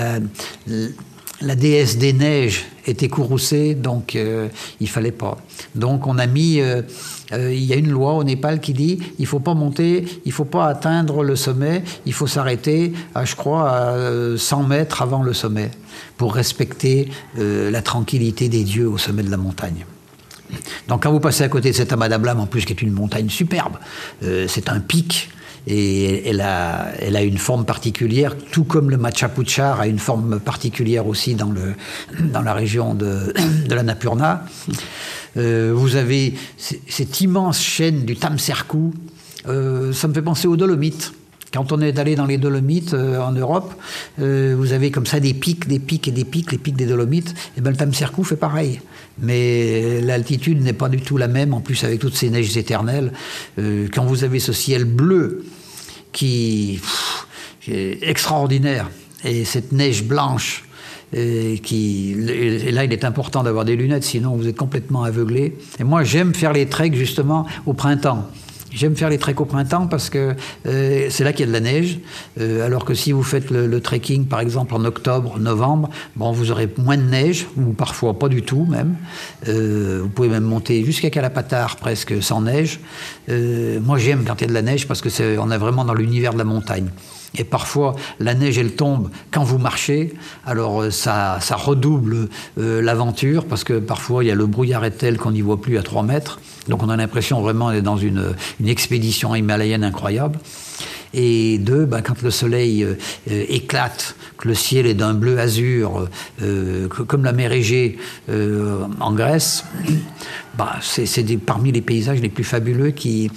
la déesse des neiges était courroucée, donc il fallait pas. Donc on a mis, il y a une loi au Népal qui dit il faut pas monter, il faut pas atteindre le sommet, il faut s'arrêter à 100 mètres avant le sommet pour respecter la tranquillité des dieux au sommet de la montagne. Donc quand vous passez à côté de cette Madablam, en plus qui est une montagne superbe, c'est un pic, et elle a une forme particulière, tout comme le Machapuchar a une forme particulière aussi dans la région de l'Annapurna. Vous avez cette immense chaîne du Tamserku. Ça me fait penser aux Dolomites. Quand on est allé dans les Dolomites en Europe, vous avez comme ça des pics et des pics, les pics des Dolomites. Et bien le Tamserku fait pareil. Mais l'altitude n'est pas du tout la même, en plus avec toutes ces neiges éternelles. Quand vous avez ce ciel bleu qui est extraordinaire, et cette neige blanche, et là, il est important d'avoir des lunettes, sinon vous êtes complètement aveuglé. Et moi, j'aime faire les treks justement au printemps. J'aime faire les treks au printemps parce que c'est là qu'il y a de la neige, alors que si vous faites le trekking, par exemple, en octobre, novembre, bon, vous aurez moins de neige, ou parfois pas du tout même. Vous pouvez même monter jusqu'à Kalapatar presque sans neige. Moi, j'aime quand il y a de la neige parce que on est vraiment dans l'univers de la montagne. Et parfois, la neige, elle tombe quand vous marchez. Alors, ça redouble l'aventure, parce que parfois, il y a le brouillard est tel qu'on n'y voit plus à 3 mètres. Donc, on a l'impression vraiment d'être dans une expédition himalayenne incroyable. Et quand le soleil éclate, que le ciel est d'un bleu azur, comme la mer Égée en Grèce, c'est parmi les paysages les plus fabuleux qui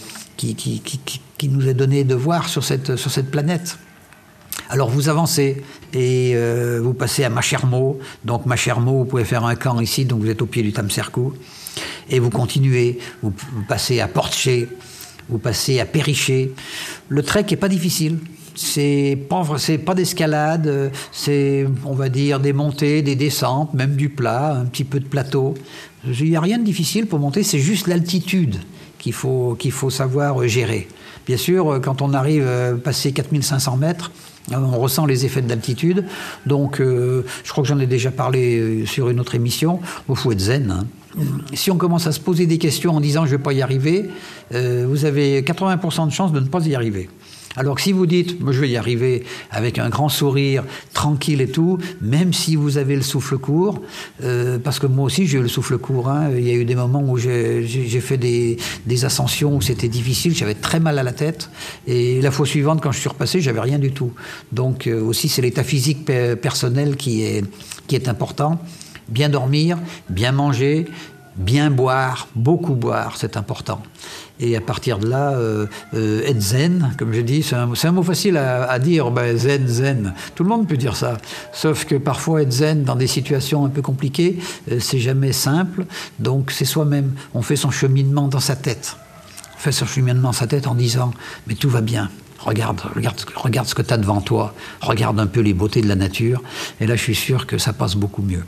nous est donné de voir sur cette planète. Alors vous avancez et vous passez à Machermo. Donc Machermo, vous pouvez faire un camp ici, donc vous êtes au pied du Tamserku. Et vous continuez, vous passez à Portché, vous passez à Périché. Le trek n'est pas difficile. C'est pas d'escalade, c'est, on va dire, des montées, des descentes, même du plat, un petit peu de plateau. Il n'y a rien de difficile pour monter, c'est juste l'altitude qu'il faut savoir gérer. Bien sûr, quand on arrive à passer 4500 mètres, on ressent les effets de l'altitude. Donc, je crois que j'en ai déjà parlé sur une autre émission. Il faut être zen. Hein. Si on commence à se poser des questions en disant « je ne vais pas y arriver », vous avez 80% de chances de ne pas y arriver. Alors que si vous dites, moi je vais y arriver avec un grand sourire, tranquille et tout, même si vous avez le souffle court, parce que moi aussi j'ai eu le souffle court, hein. Il y a eu des moments où j'ai fait des ascensions où c'était difficile, j'avais très mal à la tête, et la fois suivante quand je suis repassé, j'avais rien du tout. Donc aussi c'est l'état physique personnel qui est important. Bien dormir, bien manger, bien boire, beaucoup boire, c'est important. Et à partir de là, être zen, comme je dis, c'est un mot facile à dire, zen. Tout le monde peut dire ça. Sauf que parfois, être zen dans des situations un peu compliquées, c'est jamais simple. Donc, c'est soi-même. On fait son cheminement dans sa tête. On fait son cheminement dans sa tête en disant, mais tout va bien. Regarde ce que tu as devant toi. Regarde un peu les beautés de la nature. Et là, je suis sûr que ça passe beaucoup mieux.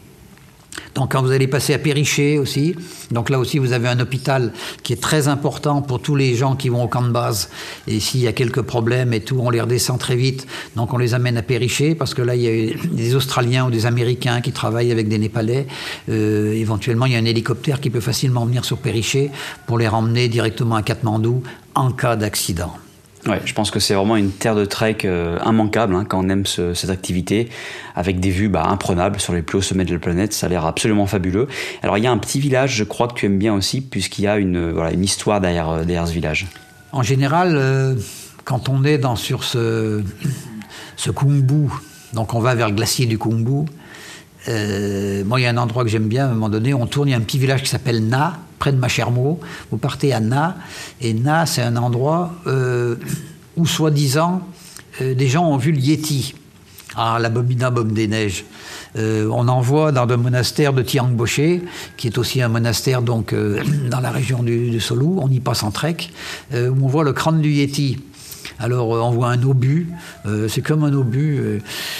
Donc quand vous allez passer à Périché aussi, donc là aussi vous avez un hôpital qui est très important pour tous les gens qui vont au camp de base. Et s'il y a quelques problèmes et tout, on les redescend très vite. Donc on les amène à Périché parce que là il y a des Australiens ou des Américains qui travaillent avec des Népalais. Éventuellement il y a un hélicoptère qui peut facilement venir sur Périché pour les ramener directement à Katmandou en cas d'accident. Ouais, je pense que c'est vraiment une terre de trek immanquable quand on aime cette activité, avec des vues imprenables sur les plus hauts sommets de la planète. Ça a l'air absolument fabuleux. Alors il y a un petit village, je crois que tu aimes bien aussi, puisqu'il y a une histoire derrière ce village. En général, quand on est sur ce Khumbu, donc on va vers le glacier du Khumbu. Moi, il y a un endroit que j'aime bien, à un moment donné, on tourne, il y a un petit village qui s'appelle Na, près de Machermo. Vous partez à Na, et Na, c'est un endroit où, soi-disant, des gens ont vu le Yéti. L'abominable homme des neiges. On en voit dans le monastère de Tiangboché, qui est aussi un monastère donc, dans la région du Solou. On y passe en trek, où on voit le crâne du Yéti. Alors, on voit un obus, c'est comme un obus,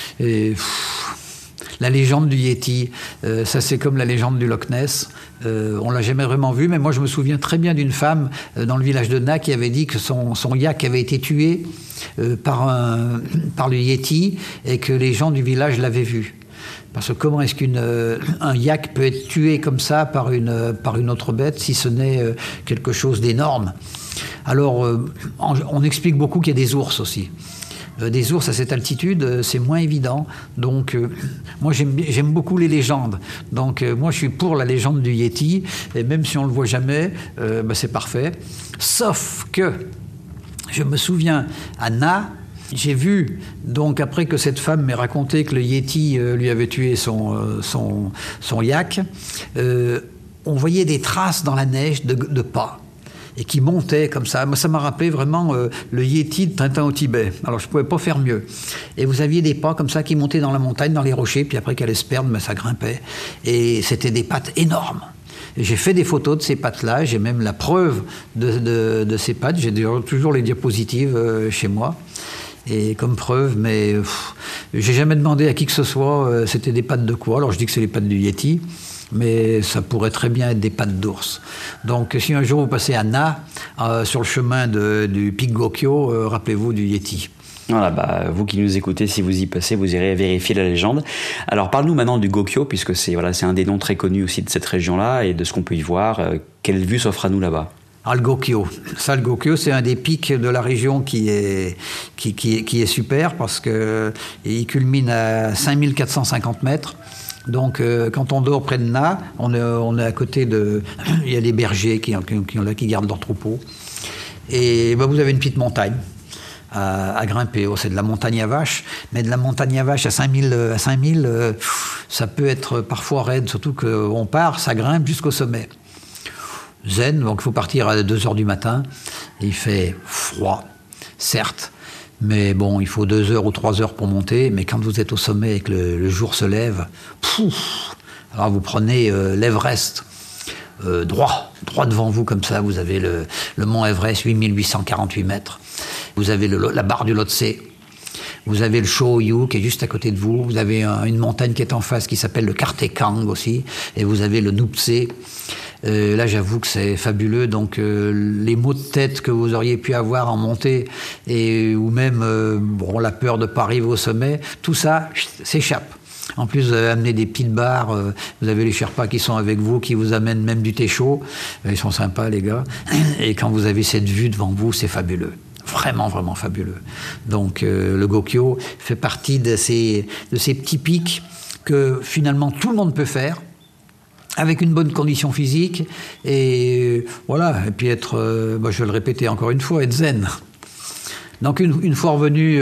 la légende du Yéti, ça c'est comme la légende du Loch Ness. On l'a jamais vraiment vu, mais moi je me souviens très bien d'une femme dans le village de Na qui avait dit que son yak avait été tué par le Yéti et que les gens du village l'avaient vu. Parce que comment est-ce qu'un yak peut être tué comme ça par une autre bête si ce n'est quelque chose d'énorme? Alors on explique beaucoup qu'il y a des ours aussi. Des ours à cette altitude, c'est moins évident. Donc, moi, j'aime beaucoup les légendes. Donc, moi, je suis pour la légende du Yéti. Et même si on ne le voit jamais, c'est parfait. Sauf que Je me souviens, à Na, j'ai vu, donc après que cette femme m'ait raconté que le Yéti lui avait tué son yak, on voyait des traces dans la neige de pas. Et qui montaient comme ça. Moi, ça m'a rappelé vraiment le Yéti de Tintin au Tibet. Alors, je ne pouvais pas faire mieux. Et vous aviez des pas comme ça qui montaient dans la montagne, dans les rochers, puis après qu'elle allait se perdre, mais ça grimpait. Et c'était des pattes énormes. Et j'ai fait des photos de ces pattes-là, j'ai même la preuve de ces pattes. J'ai toujours les diapositives chez moi. Et comme preuve, mais j'ai jamais demandé à qui que ce soit c'était des pattes de quoi. Alors, je dis que c'est les pattes du Yéti. Mais ça pourrait très bien être des pattes d'ours. Donc si un jour vous passez à Na, sur le chemin du pic Gokyo, rappelez-vous du Yéti. Voilà, vous qui nous écoutez, si vous y passez, vous irez vérifier la légende. Alors parle-nous maintenant du Gokyo, puisque c'est un des noms très connus aussi de cette région-là et de ce qu'on peut y voir. Quelle vue s'offre à nous là-bas ? Le Gokyo, c'est un des pics de la région qui est super parce qu'il culmine à 5450 mètres. Donc, quand on dort près de Na, on est à côté il y a les bergers qui gardent leurs troupeaux. Et vous avez une petite montagne à grimper. C'est de la montagne à vache, mais de la montagne à vache à 5000, ça peut être parfois raide, surtout qu'on part, ça grimpe jusqu'au sommet. Zen, donc il faut partir à 2h du matin. Il fait froid, certes. Mais bon, il faut 2 heures ou 3 heures pour monter. Mais quand vous êtes au sommet et que le jour se lève, alors vous prenez l'Everest droit devant vous comme ça. Vous avez le mont Everest, 8848 mètres. Vous avez la barre du Lhotse. Vous avez le Cho-Oyu qui est juste à côté de vous. Vous avez une montagne qui est en face qui s'appelle le Kartekang aussi. Et vous avez le Nuptse. Là, j'avoue que c'est fabuleux. Donc, les maux de tête que vous auriez pu avoir en montée ou même la peur de ne pas arriver au sommet, tout ça s'échappe. En plus, vous avez amené des petites barres. Vous avez les Sherpas qui sont avec vous, qui vous amènent même du thé chaud. Ils sont sympas, les gars. Et quand vous avez cette vue devant vous, c'est fabuleux. Vraiment, vraiment fabuleux. Donc, le Gokyo fait partie de ces petits pics que finalement tout le monde peut faire. Avec une bonne condition physique et voilà, et puis être, je vais le répéter encore une fois, être zen. Donc une fois revenu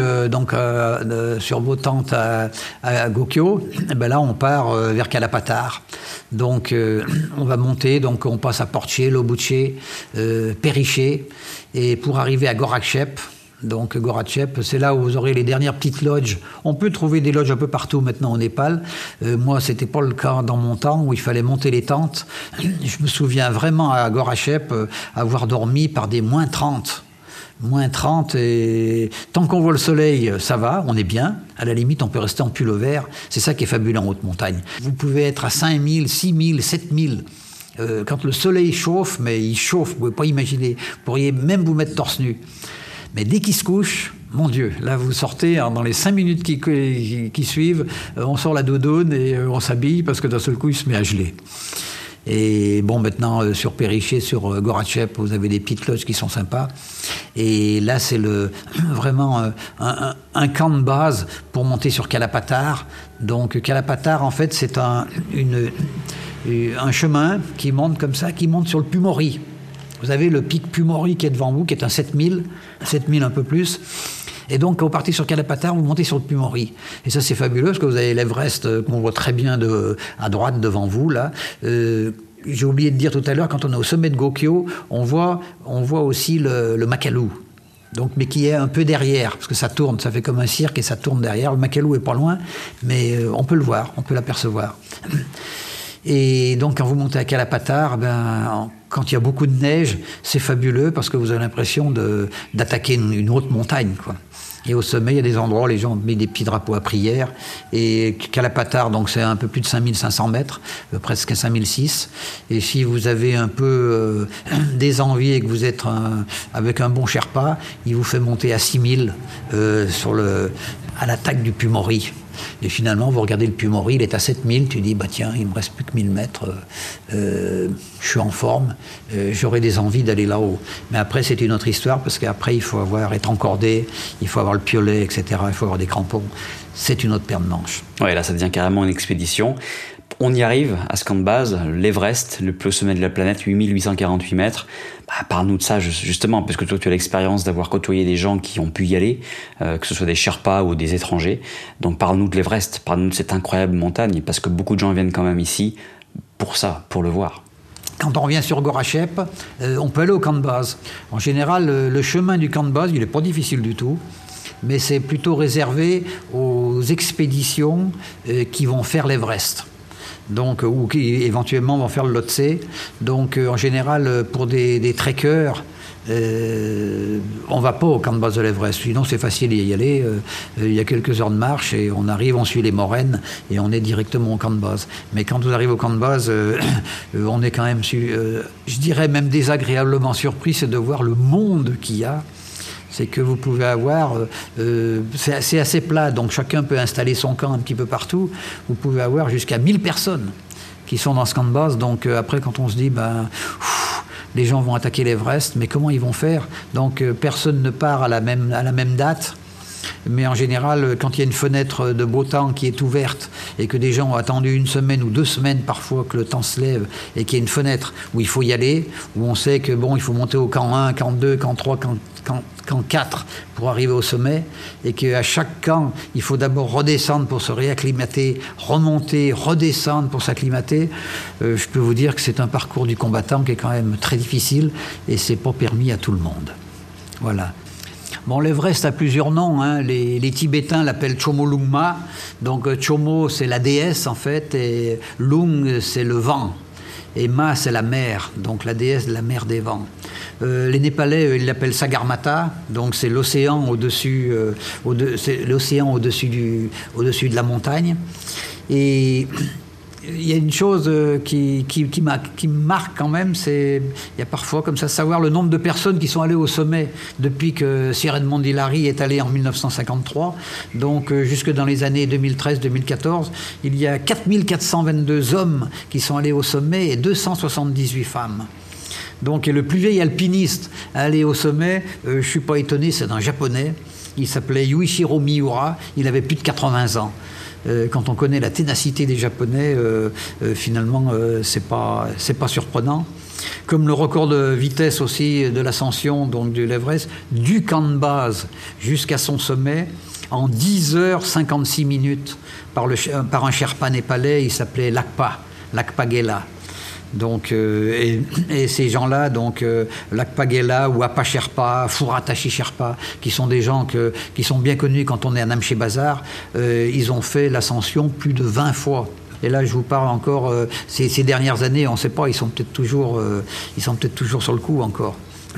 sur vos tentes à Gokyo, là on part vers Kalapatar. Donc on va monter, donc on passe à Porché, Lobuché, Périché, et pour arriver à Gorakchep. Donc Gorakchep, c'est là où vous aurez les dernières petites lodges. On peut trouver des lodges un peu partout maintenant au Népal. Moi, c'était pas le cas dans mon temps où il fallait monter les tentes. Je me souviens vraiment à Gorakchep avoir dormi par des moins 30. Moins 30 et tant qu'on voit le soleil, ça va, on est bien. À la limite, on peut rester en pull-over. C'est ça qui est fabuleux en haute montagne. Vous pouvez être à 5000, 6000, 7000. Quand le soleil chauffe, mais il chauffe, vous ne pouvez pas imaginer. Vous pourriez même vous mettre torse nu. Mais dès qu'il se couche, mon Dieu, là vous sortez, dans les 5 minutes qui suivent, on sort la doudoune et on s'habille parce que d'un seul coup il se met à geler. Et bon, maintenant sur Périché, sur Gorakchep, vous avez des petites lodges qui sont sympas. Et là c'est vraiment un camp de base pour monter sur Kalapatar. Donc Kalapatar en fait c'est un chemin qui monte comme ça, qui monte sur le Pumori. Vous avez le pic Pumori qui est devant vous, qui est un 7000 un peu plus. Et donc, quand vous partez sur Kalapatar, vous montez sur le Pumori. Et ça, c'est fabuleux, parce que vous avez l'Everest qu'on voit très bien à droite devant vous, là. J'ai oublié de dire tout à l'heure, quand on est au sommet de Gokyo, on voit aussi le Makalu. Donc, mais qui est un peu derrière, parce que ça tourne, ça fait comme un cirque et ça tourne derrière. Le Makalu est pas loin, mais on peut le voir, on peut l'apercevoir. Et donc, quand vous montez à Kalapatar, quand il y a beaucoup de neige, c'est fabuleux parce que vous avez l'impression d'attaquer une haute montagne, quoi. Et au sommet, il y a des endroits où les gens mettent des petits drapeaux à prière. Et Kalapatar, donc c'est un peu plus de 5500 mètres, presque 5006. Et si vous avez un peu des envies et que vous êtes avec un bon Sherpa, il vous fait monter à 6000 à l'attaque du Pumori. Et finalement, vous regardez le Pumori, il est à 7000, tu dis, tiens, il me reste plus que 1000 mètres, je suis en forme, j'aurais des envies d'aller là-haut. Mais après, c'est une autre histoire, parce qu'après, il faut être encordé, il faut avoir le piolet, etc., il faut avoir des crampons. C'est une autre paire de manches. Ouais, là, ça devient carrément une expédition. on y arrive à ce camp de base, l'Everest, le plus haut sommet de la planète, 8848 mètres. Parle-nous de ça justement, parce que toi tu as l'expérience d'avoir côtoyé des gens qui ont pu y aller, que ce soit des Sherpas ou des étrangers. Donc parle-nous de l'Everest, parle-nous de cette incroyable montagne, parce que beaucoup de gens viennent quand même ici pour ça, pour le voir. Quand on revient sur Gorachep, on peut aller au camp de base. En général, le chemin du camp de base, il n'est pas difficile du tout, mais c'est plutôt réservé aux expéditions qui vont faire l'Everest. Donc, ou qui éventuellement vont faire le Lhotse. Donc en général, pour des trekkers, on ne va pas au camp de base de l'Everest, sinon c'est facile d'y aller. Il y a quelques heures de marche et on arrive, on suit les moraines et on est directement au camp de base. Mais quand on arrive au camp de base, on est quand même, je dirais même désagréablement surpris, c'est de voir le monde qu'il y a. C'est que vous pouvez avoir, c'est assez plat, donc chacun peut installer son camp un petit peu partout. Vous pouvez avoir jusqu'à 1000 personnes qui sont dans ce camp de base. Donc après, quand on se dit, les gens vont attaquer l'Everest, mais comment ils vont faire? Donc personne ne part à la même date. Mais en général, quand il y a une fenêtre de beau temps qui est ouverte et que des gens ont attendu 1 semaine ou 2 semaines parfois que le temps se lève et qu'il y a une fenêtre où il faut y aller, où on sait que il faut monter au camp 1, camp 2, camp 3, camp 4 pour arriver au sommet, et qu'à chaque camp, il faut d'abord redescendre pour se réacclimater, remonter, redescendre pour s'acclimater, je peux vous dire que c'est un parcours du combattant qui est quand même très difficile et c'est pas permis à tout le monde. Voilà. Bon, l'Everest a plusieurs noms, hein. Les Tibétains l'appellent Chomolungma. Donc Chomo, c'est la déesse en fait, et Lung, c'est le vent. Et Ma, c'est la mer, donc la déesse de la mer des vents. Les Népalais, ils l'appellent Sagarmatha, donc c'est l'océan au-dessus, au-dessus de la montagne. Et il y a une chose qui me marque quand même, c'est il y a parfois comme ça savoir le nombre de personnes qui sont allées au sommet depuis que Sir Edmond Hillary est allé en 1953. Donc jusque dans les années 2013-2014, il y a 4422 hommes qui sont allés au sommet et 278 femmes. Donc et le plus vieil alpiniste à aller au sommet, je ne suis pas étonné, c'est un japonais. Il s'appelait Yuichiro Miura, il avait plus de 80 ans. Quand on connaît la ténacité des Japonais, finalement, c'est pas surprenant. Comme le record de vitesse aussi de l'ascension, donc de l'Everest, du camp de base jusqu'à son sommet, en 10h56 minutes, par un Sherpa népalais, il s'appelait Lakpa Gela. Donc, et ces gens-là, donc Lakpa Gela ou Apa Sherpa, Furatashi Sherpa, qui sont des gens qui sont bien connus quand on est à Namche Bazar, ils ont fait l'ascension plus de 20 fois. Et là, je vous parle encore, ces dernières années, on ne sait pas, ils sont peut-être toujours sur le coup encore.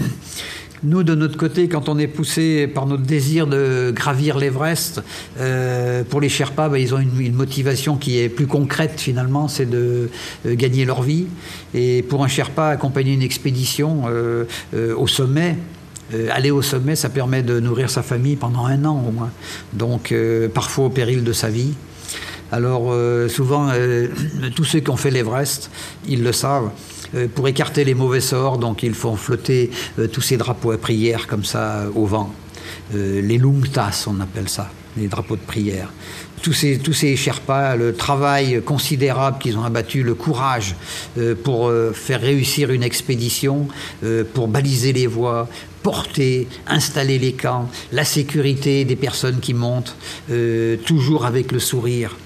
Nous, de notre côté, quand on est poussé par notre désir de gravir l'Everest, pour les Sherpas, ils ont une motivation qui est plus concrète finalement, c'est de gagner leur vie. Et pour un Sherpa, accompagner une expédition au sommet, aller au sommet, ça permet de nourrir sa famille pendant 1 an au moins. Donc, parfois au péril de sa vie. Alors, souvent, tous ceux qui ont fait l'Everest, ils le savent. Pour écarter les mauvais sorts, donc ils font flotter tous ces drapeaux à prière comme ça au vent. Les lungtas, on appelle ça, les drapeaux de prière. Tous ces Sherpas, le travail considérable qu'ils ont abattu, le courage pour faire réussir une expédition, pour baliser les voies, porter, installer les camps, la sécurité des personnes qui montent, toujours avec le sourire.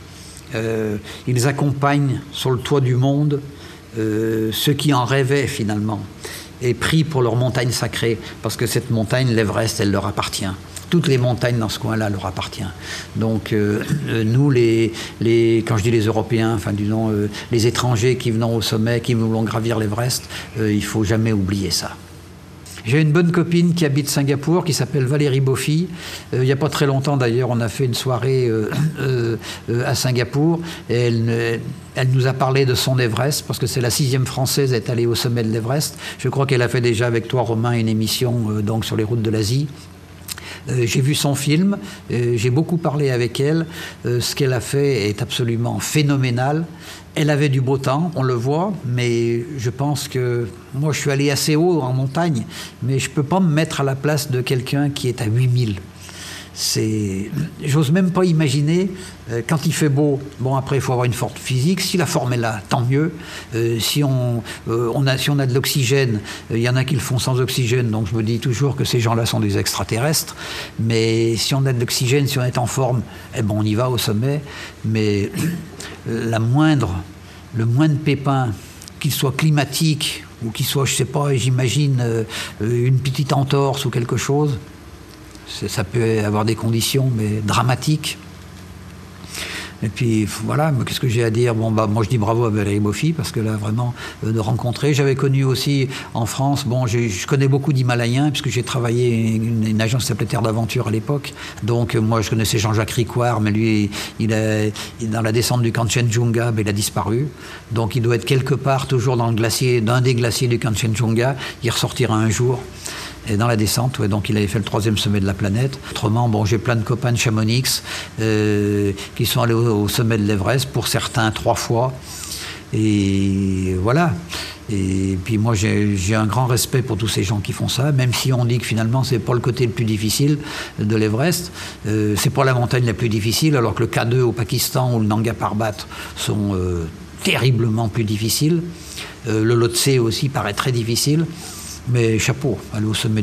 Ils accompagnent sur le toit du monde ceux qui en rêvaient finalement, et prient pour leur montagne sacrée, parce que cette montagne, l'Everest, elle leur appartient. Toutes les montagnes dans ce coin-là leur appartiennent. Donc nous, quand je dis les Européens, enfin disons les étrangers qui venons au sommet, qui voulons gravir l'Everest, il ne faut jamais oublier ça. J'ai une bonne copine qui habite Singapour, qui s'appelle Valérie Boffy. Il n'y a pas très longtemps d'ailleurs, on a fait une soirée à Singapour. Et elle nous a parlé de son Everest, parce que c'est la 6e Française à être allée au sommet de l'Everest. Je crois qu'elle a fait déjà avec toi, Romain, une émission donc sur les routes de l'Asie. J'ai vu son film, j'ai beaucoup parlé avec elle. Ce qu'elle a fait est absolument phénoménal. Elle avait du beau temps, on le voit, mais je pense que moi je suis allé assez haut en montagne, mais je ne peux pas me mettre à la place de quelqu'un qui est à 8000. J'ose même pas imaginer, quand il fait beau, bon après il faut avoir une forme physique, si la forme est là, tant mieux. Si on a de l'oxygène, il y en a qui le font sans oxygène, donc je me dis toujours que ces gens-là sont des extraterrestres. Mais si on a de l'oxygène, si on est en forme, eh ben on y va au sommet. Mais le moindre pépin, qu'il soit climatique ou qu'il soit, je sais pas, j'imagine une petite entorse ou quelque chose, ça peut avoir des conditions, mais dramatiques. Et puis voilà, qu'est-ce que j'ai à dire? Bon, moi je dis bravo à Valérie Bofi, parce que là vraiment de rencontrer. J'avais connu aussi en France, bon, je connais beaucoup d'Himalayens, puisque j'ai travaillé une agence qui s'appelait Terre d'Aventure à l'époque. Donc moi je connaissais Jean-Jacques Ricouard, mais lui, dans la descente du Kanchenjunga, il a disparu. Donc il doit être quelque part toujours dans le glacier, d'un des glaciers du Kanchenjunga. Il ressortira un jour. Et dans la descente, ouais, donc il avait fait le 3e sommet de la planète. Autrement, bon, j'ai plein de copains de Chamonix qui sont allés au sommet de l'Everest, pour certains 3 fois. Et voilà. Et puis moi, j'ai un grand respect pour tous ces gens qui font ça, même si on dit que finalement, c'est pas le côté le plus difficile de l'Everest. C'est pas la montagne la plus difficile, alors que le K2 au Pakistan ou le Nanga Parbat sont terriblement plus difficiles. Le Lhotse aussi paraît très difficile. Mais chapeau, aller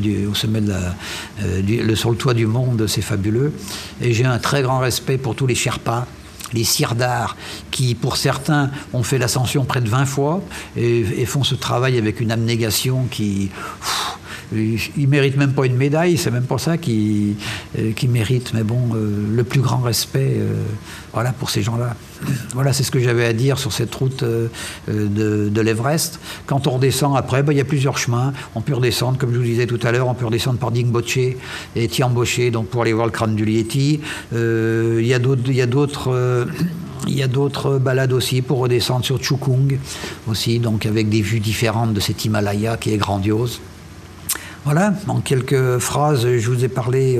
sur le toit du monde, c'est fabuleux. Et j'ai un très grand respect pour tous les Sherpas, les Sirdars, qui pour certains ont fait l'ascension près de 20 fois et font ce travail avec une abnégation qui... Ils méritent même pas une médaille, c'est même pas ça qu'ils méritent. Mais bon, le plus grand respect, voilà, pour ces gens-là. Voilà, c'est ce que j'avais à dire sur cette route de l'Everest. Quand on redescend après, il y a plusieurs chemins. On peut redescendre, comme je vous disais tout à l'heure, on peut redescendre par Dingboche et Tiamboche, donc pour aller voir le crâne du Yéti. Il y a d'autres balades aussi pour redescendre sur Chukung aussi, donc avec des vues différentes de cet Himalaya qui est grandiose. Voilà, en quelques phrases, je vous ai parlé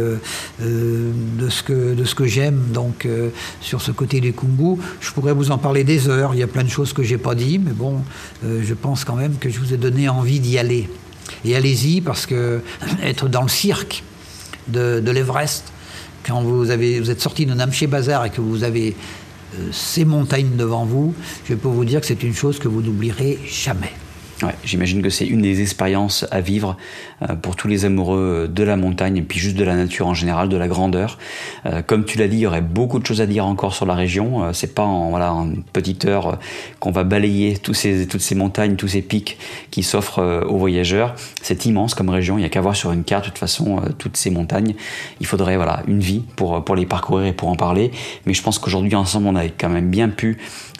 de ce que j'aime, donc sur ce côté du Khumbu. Je pourrais vous en parler des heures, il y a plein de choses que j'ai pas dit, mais bon, je pense quand même que je vous ai donné envie d'y aller. Et allez-y, parce que être dans le cirque de l'Everest, quand vous êtes sorti de Namche Bazar et que vous avez ces montagnes devant vous, je peux vous dire que c'est une chose que vous n'oublierez jamais. Ouais, j'imagine que c'est une des expériences à vivre pour tous les amoureux de la montagne et puis juste de la nature en général, de la grandeur. Comme tu l'as dit, il y aurait beaucoup de choses à dire encore sur la région. C'est pas en petite heure qu'on va balayer toutes ces montagnes, tous ces pics qui s'offrent aux voyageurs. C'est immense comme région. Il n'y a qu'à voir sur une carte, de toute façon, toutes ces montagnes. Il faudrait une vie pour les parcourir et pour en parler. Mais je pense qu'aujourd'hui, ensemble, on a quand même bien pu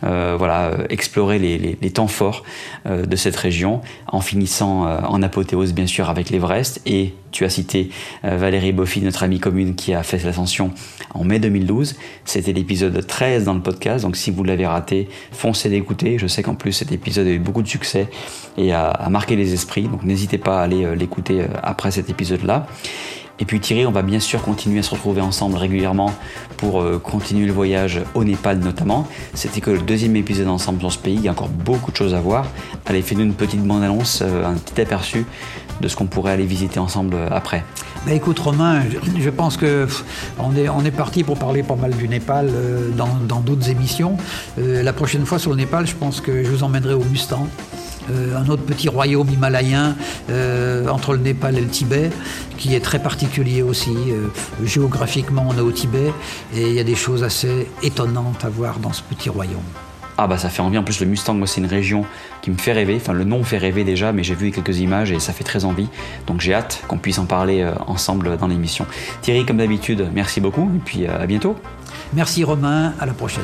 explorer les temps forts de cette région, en finissant en apothéose bien sûr avec l'Everest. Et tu as cité Valérie Bofi, notre amie commune qui a fait l'ascension en mai 2012. C'était l'épisode 13 dans le podcast, donc si vous l'avez raté, foncez l'écouter. Je sais qu'en plus cet épisode a eu beaucoup de succès et a marqué les esprits, donc n'hésitez pas à aller l'écouter après cet épisode-là. Et puis Thierry, on va bien sûr continuer à se retrouver ensemble régulièrement pour continuer le voyage au Népal notamment. C'était que le 2e épisode ensemble sur ce pays, il y a encore beaucoup de choses à voir. Allez, fais-nous une petite bande-annonce, un petit aperçu de ce qu'on pourrait aller visiter ensemble après. Écoute Romain, je pense qu'on est parti pour parler pas mal du Népal dans d'autres émissions. La prochaine fois sur le Népal, je pense que je vous emmènerai au Mustang. Un autre petit royaume himalayen entre le Népal et le Tibet, qui est très particulier aussi. Géographiquement, on est au Tibet et il y a des choses assez étonnantes à voir dans ce petit royaume. Ah bah ça fait envie. En plus le Mustang, moi c'est une région qui me fait rêver. Enfin le nom me fait rêver déjà, mais j'ai vu quelques images et ça fait très envie. Donc j'ai hâte qu'on puisse en parler ensemble dans l'émission. Thierry, comme d'habitude, merci beaucoup et puis à bientôt. Merci Romain, à la prochaine.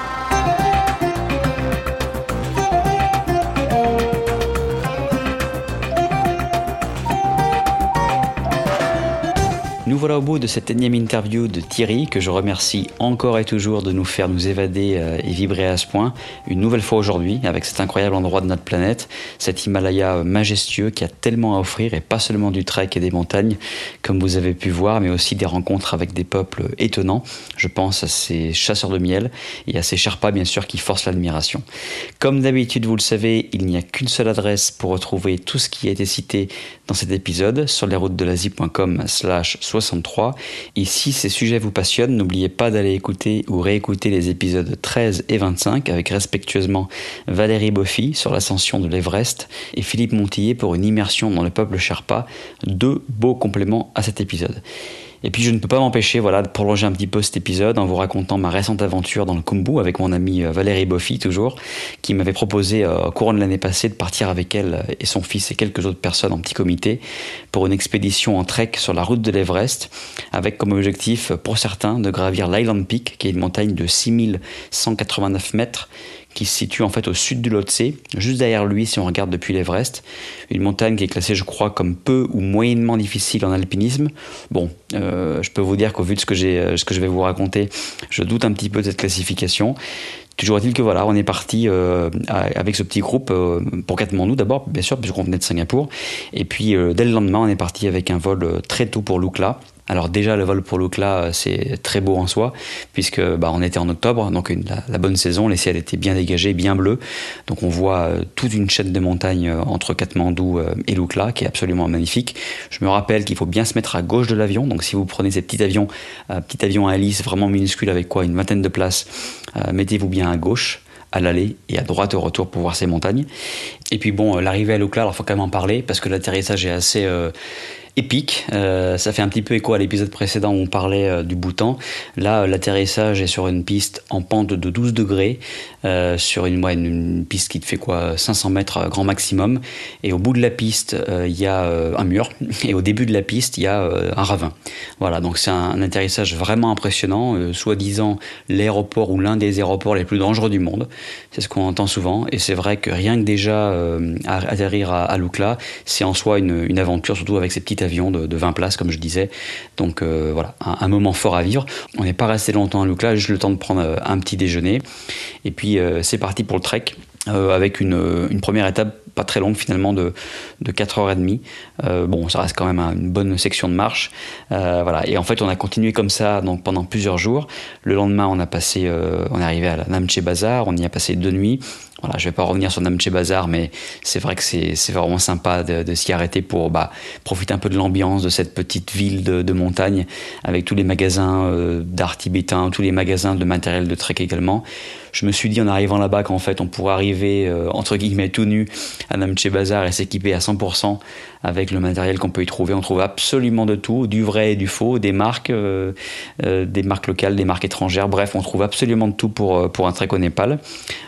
Nous voilà au bout de cette énième interview de Thierry, que je remercie encore et toujours de nous faire nous évader et vibrer à ce point, une nouvelle fois aujourd'hui, avec cet incroyable endroit de notre planète, cet Himalaya majestueux qui a tellement à offrir, et pas seulement du trek et des montagnes, comme vous avez pu voir, mais aussi des rencontres avec des peuples étonnants. Je pense à ces chasseurs de miel et à ces Sherpas, bien sûr, qui forcent l'admiration. Comme d'habitude, vous le savez, il n'y a qu'une seule adresse pour retrouver tout ce qui a été cité dans cet épisode, sur lesroutesdelasie.com/60. 63. Et si ces sujets vous passionnent, n'oubliez pas d'aller écouter ou réécouter les épisodes 13 et 25 avec respectueusement Valérie Boffy sur l'ascension de l'Everest et Philippe Montillet pour une immersion dans le peuple Sherpa. 2 beaux compléments à cet épisode. Et puis je ne peux pas m'empêcher de prolonger un petit peu cet épisode en vous racontant ma récente aventure dans le Khumbu avec mon amie Valérie Boffy toujours, qui m'avait proposé au courant de l'année passée de partir avec elle et son fils et quelques autres personnes en petit comité pour une expédition en trek sur la route de l'Everest avec comme objectif pour certains de gravir l'Island Peak, qui est une montagne de 6189 mètres qui se situe en fait au sud du Lhotse, juste derrière lui si on regarde depuis l'Everest. Une montagne qui est classée, je crois, comme peu ou moyennement difficile en alpinisme. Bon, je peux vous dire qu'au vu de ce que je vais vous raconter, je doute un petit peu de cette classification. Toujours est-il que on est parti avec ce petit groupe pour Katmandou d'abord, bien sûr, puisqu'on venait de Singapour. Et puis dès le lendemain, on est parti avec un vol très tôt pour Lukla. Alors déjà, le vol pour Lukla, c'est très beau en soi, puisque on était en octobre, donc la bonne saison, les ciels étaient bien dégagés, bien bleus. Donc on voit toute une chaîne de montagnes entre Katmandou et Lukla, qui est absolument magnifique. Je me rappelle qu'il faut bien se mettre à gauche de l'avion, donc si vous prenez ces petits avions à hélice vraiment minuscule avec une vingtaine de places, mettez-vous bien à gauche à l'aller et à droite au retour pour voir ces montagnes. Et puis l'arrivée à Lukla, alors faut quand même en parler, parce que l'atterrissage est assez épique. Ça fait un petit peu écho à l'épisode précédent où on parlait du Bhoutan. Là, l'atterrissage est sur une piste en pente de 12 degrés, sur une piste qui te fait 500 mètres grand maximum. Et au bout de la piste, il y a un mur. Et au début de la piste, il y a un ravin. Voilà, donc c'est un atterrissage vraiment impressionnant. Soi-disant l'aéroport ou l'un des aéroports les plus dangereux du monde. C'est ce qu'on entend souvent. Et c'est vrai que rien que déjà atterrir à Lukla, c'est en soi une aventure, surtout avec ces petites avion de 20 places comme je disais, donc un moment fort à vivre. On n'est pas resté longtemps à Lukla, juste le temps de prendre un petit déjeuner et puis c'est parti pour le trek avec une première étape pas très longue finalement de 4h30. Ça reste quand même une bonne section de marche, et en fait on a continué comme ça donc pendant plusieurs jours. Le lendemain on est arrivé à la Namche Bazaar, on y a passé 2 nuits. Voilà, je vais pas revenir sur Namche Bazaar, mais c'est vrai que c'est vraiment sympa de s'y arrêter pour profiter un peu de l'ambiance de cette petite ville de montagne, avec tous les magasins d'art tibétain, tous les magasins de matériel de trek également. Je me suis dit en arrivant là-bas qu'en fait on pourrait arriver entre guillemets tout nu à Namche Bazaar et s'équiper à 100% avec le matériel qu'on peut y trouver. On trouve absolument de tout, du vrai et du faux, des marques locales, des marques étrangères. Bref, on trouve absolument de tout pour un trek au Népal,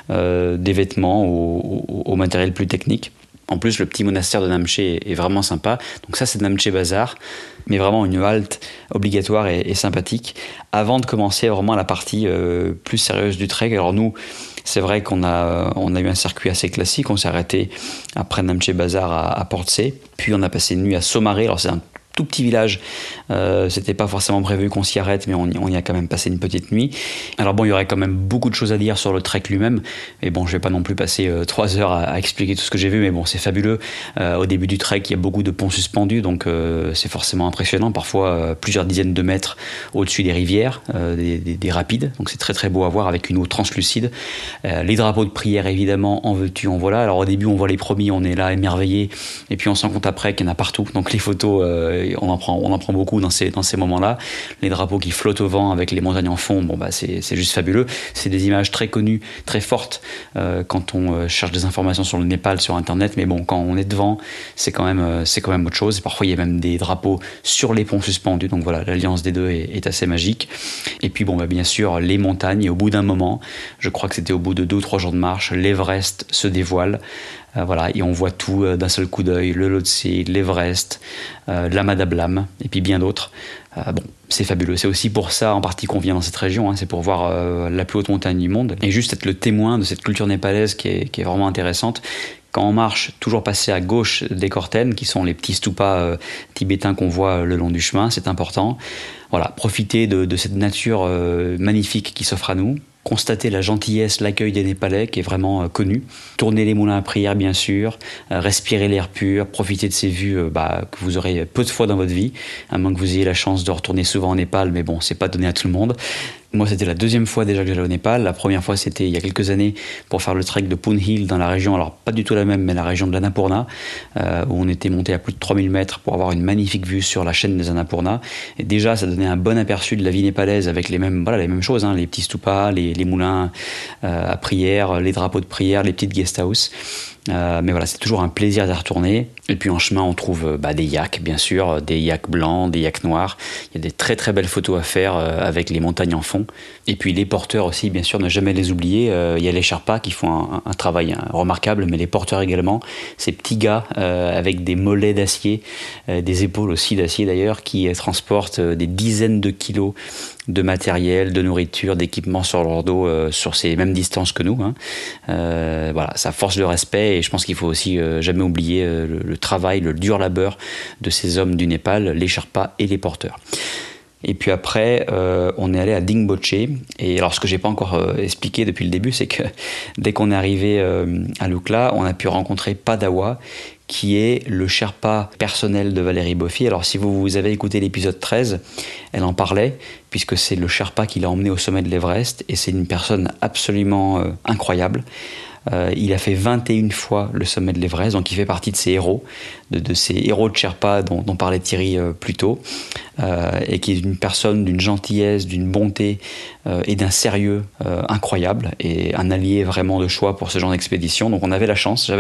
des vêtements au matériel plus technique. En plus, le petit monastère de Namche est vraiment sympa. Donc ça, c'est Namche Bazaar, mais vraiment une halte obligatoire et sympathique avant de commencer vraiment la partie plus sérieuse du trek. Alors nous, c'est vrai qu'on a eu un circuit assez classique. On s'est arrêté après Namche Bazaar à Portsea, puis on a passé une nuit à Somare. Alors c'est un tout petit village, c'était pas forcément prévu qu'on s'y arrête, mais on y a quand même passé une petite nuit. Alors il y aurait quand même beaucoup de choses à dire sur le trek lui-même, mais je vais pas non plus passer 3 heures à expliquer tout ce que j'ai vu, mais c'est fabuleux. Au début du trek, il y a beaucoup de ponts suspendus, donc c'est forcément impressionnant, parfois plusieurs dizaines de mètres au-dessus des rivières, des rapides, donc c'est très très beau à voir avec une eau translucide. Les drapeaux de prière évidemment, en veux-tu, en voilà. Alors au début on voit les premiers, on est là émerveillé, et puis on se rend compte après qu'il y en a partout, donc les photos on en prend beaucoup dans ces moments-là. Les drapeaux qui flottent au vent avec les montagnes en fond, c'est juste fabuleux. C'est des images très connues, très fortes quand on cherche des informations sur le Népal sur internet, mais quand on est devant, c'est quand même autre chose. Et parfois il y a même des drapeaux sur les ponts suspendus, donc voilà, l'alliance des deux est assez magique. Et puis bien sûr les montagnes, et au bout d'un moment, je crois que c'était au bout de 2 ou 3 jours de marche, l'Everest se dévoile. Et on voit tout d'un seul coup d'œil, le Lhotse, l'Everest, l'Ama Dablam, et puis bien d'autres. C'est fabuleux. C'est aussi pour ça en partie qu'on vient dans cette région, c'est pour voir la plus haute montagne du monde, et juste être le témoin de cette culture népalaise qui est vraiment intéressante. Quand on marche, toujours passer à gauche des Khorten, qui sont les petits stupas tibétains qu'on voit le long du chemin, c'est important. Voilà, profiter de cette nature magnifique qui s'offre à nous. Constater la gentillesse, l'accueil des Népalais qui est vraiment connu. Tourner les moulins à prière bien sûr, respirer l'air pur, profiter de ces vues que vous aurez peu de fois dans votre vie, à moins que vous ayez la chance de retourner souvent au Népal, mais c'est pas donné à tout le monde. Moi, c'était la deuxième fois déjà que j'allais au Népal. La première fois, c'était il y a quelques années pour faire le trek de Poon Hill dans la région, alors pas du tout la même, mais la région de l'Annapurna, où on était monté à plus de 3000 mètres pour avoir une magnifique vue sur la chaîne des Annapurna. Et déjà, ça donnait un bon aperçu de la vie népalaise avec les mêmes choses, hein, les petits stupas, les moulins à prière, les drapeaux de prière, les petites guest houses. Mais voilà, c'est toujours un plaisir d'y retourner. Et puis en chemin, on trouve des yaks, bien sûr, des yaks blancs, des yaks noirs. Il y a des très très belles photos à faire avec les montagnes en fond. Et puis les porteurs aussi, bien sûr, ne jamais les oublier. Il y a les Sherpas qui font un travail remarquable, mais les porteurs également. Ces petits gars avec des mollets d'acier, des épaules aussi d'acier d'ailleurs, qui transportent des dizaines de kilos de matériel, de nourriture, d'équipement sur leur dos sur ces mêmes distances que nous. Hein. Voilà, ça force le respect et je pense qu'il faut aussi jamais oublier le travail, le dur labeur de ces hommes du Népal, les Sherpas et les porteurs. Et puis après, on est allé à Dingboche. Et alors, ce que j'ai pas encore expliqué depuis le début, c'est que dès qu'on est arrivé à Lukla, on a pu rencontrer Padawa, qui est le Sherpa personnel de Valérie Bofi. Alors si vous avez écouté l'épisode 13, elle en parlait, puisque c'est le Sherpa qui l'a emmené au sommet de l'Everest, et c'est une personne absolument incroyable. Il a fait 21 fois le sommet de l'Everest, donc il fait partie de ces héros, de ces héros de Sherpa dont parlait Thierry plus tôt, et qui est une personne d'une gentillesse, d'une bonté et d'un sérieux incroyable, et un allié vraiment de choix pour ce genre d'expédition. Donc j'avais la chance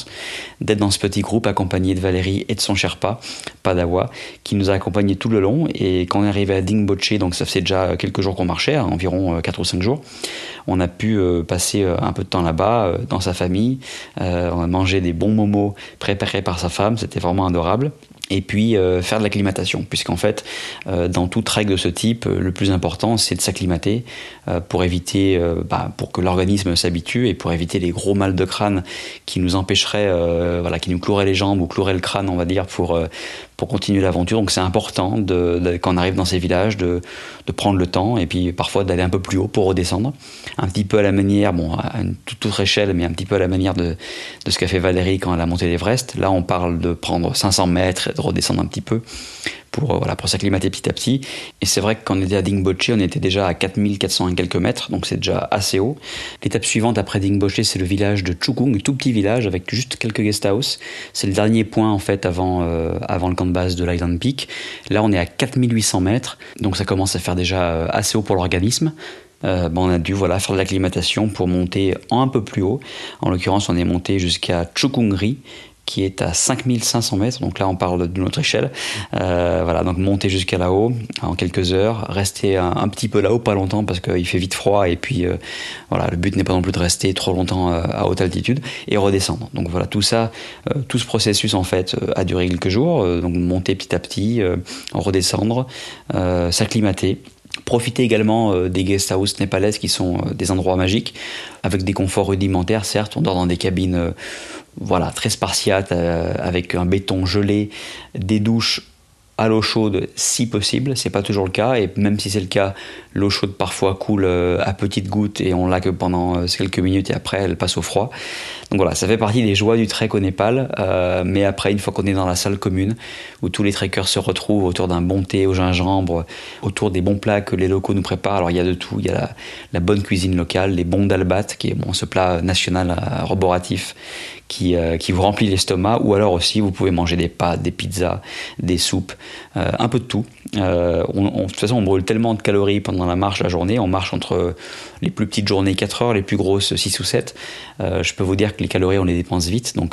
d'être dans ce petit groupe accompagné de Valérie et de son Sherpa, Padawa, qui nous a accompagnés tout le long. Et quand on est arrivé à Dingboche, donc ça faisait déjà quelques jours qu'on marchait, environ 4 ou 5 jours, on a pu passer un peu de temps là-bas, dans sa famille. On a mangé des bons momos préparés par sa femme, c'était vraiment adorable. Et puis faire de l'acclimatation, puisqu'en fait, dans tout trek de ce type, le plus important, c'est de s'acclimater pour éviter, pour que l'organisme s'habitue et pour éviter les gros mal de crâne qui nous empêcheraient, qui nous cloueraient les jambes ou cloueraient le crâne, on va dire, pour continuer l'aventure. Donc c'est important, quand on arrive dans ces villages, de prendre le temps et puis parfois d'aller un peu plus haut pour redescendre. Un petit peu à la manière, à une toute autre échelle, mais un petit peu à la manière de ce qu'a fait Valérie quand elle a monté l'Everest. Là, on parle de prendre 500 mètres et de redescendre un petit peu pour s'acclimater petit à petit. Et c'est vrai que quand on était à Dingboche, on était déjà à 4400 et quelques mètres, donc c'est déjà assez haut. L'étape suivante après Dingboche, c'est le village de Chukung, un tout petit village avec juste quelques guest houses. C'est le dernier point en fait avant le camp de base de l'Island Peak. Là, on est à 4800 mètres, donc ça commence à faire déjà assez haut pour l'organisme. On a dû faire de l'acclimatation pour monter un peu plus haut. En l'occurrence, on est monté jusqu'à Chukungri, qui est à 5500 mètres, donc là on parle d'une autre échelle. Donc monter jusqu'à là-haut en quelques heures, rester un petit peu là-haut, pas longtemps parce qu'il fait vite froid, et puis le but n'est pas non plus de rester trop longtemps à haute altitude, et redescendre. Donc voilà, tout ça, tout ce processus en fait a duré quelques jours, donc monter petit à petit, redescendre, s'acclimater. Profiter également des guest houses népalaises qui sont des endroits magiques, avec des conforts rudimentaires, certes, on dort dans des cabines très spartiates, avec un béton gelé, des douches à l'eau chaude si possible, c'est pas toujours le cas, et même si c'est le cas, l'eau chaude parfois coule à petites gouttes et on l'a que pendant quelques minutes et après elle passe au froid. Donc voilà, ça fait partie des joies du trek au Népal, mais après, une fois qu'on est dans la salle commune où tous les trekkers se retrouvent autour d'un bon thé au gingembre, autour des bons plats que les locaux nous préparent, alors il y a de tout, il y a la bonne cuisine locale, les bons dalbat, qui est ce plat national roboratif qui vous remplit l'estomac, ou alors aussi vous pouvez manger des pâtes, des pizzas, des soupes, un peu de tout. De toute façon, on brûle tellement de calories pendant la marche la journée, on marche entre les plus petites journées 4 heures, les plus grosses 6 ou 7. Je peux vous dire que les calories on les dépense vite, donc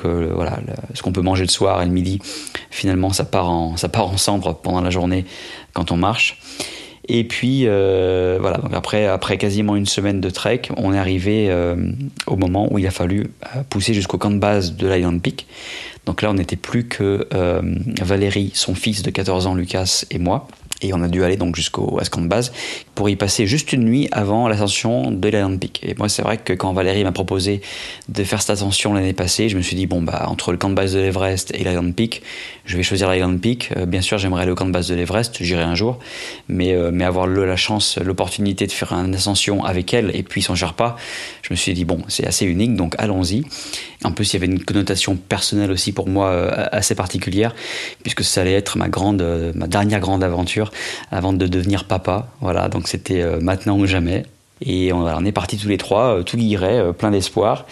ce qu'on peut manger le soir et le midi, finalement ça part en cendres pendant la journée quand on marche. Et puis donc après quasiment une semaine de trek, on est arrivé au moment où il a fallu pousser jusqu'au camp de base de l'Island Peak. Donc là on n'était plus que Valérie, son fils de 14 ans Lucas et moi. Et on a dû aller donc jusqu'au camp de base pour y passer juste une nuit avant l'ascension de l'Island Peak. Et moi, c'est vrai que quand Valérie m'a proposé de faire cette ascension l'année passée, je me suis dit, entre le camp de base de l'Everest et l'Island Peak, je vais choisir l'Island Peak. Bien sûr, j'aimerais aller au camp de base de l'Everest, j'irai un jour, mais avoir la chance, l'opportunité de faire une ascension avec elle et puis son Sherpa, je me suis dit, c'est assez unique, donc allons-y. En plus, il y avait une connotation personnelle aussi pour moi assez particulière, puisque ça allait être ma dernière grande aventure avant de devenir papa. Voilà, donc c'était maintenant ou jamais. Et on est partis tous les trois, tout guilleret, plein d'espoir,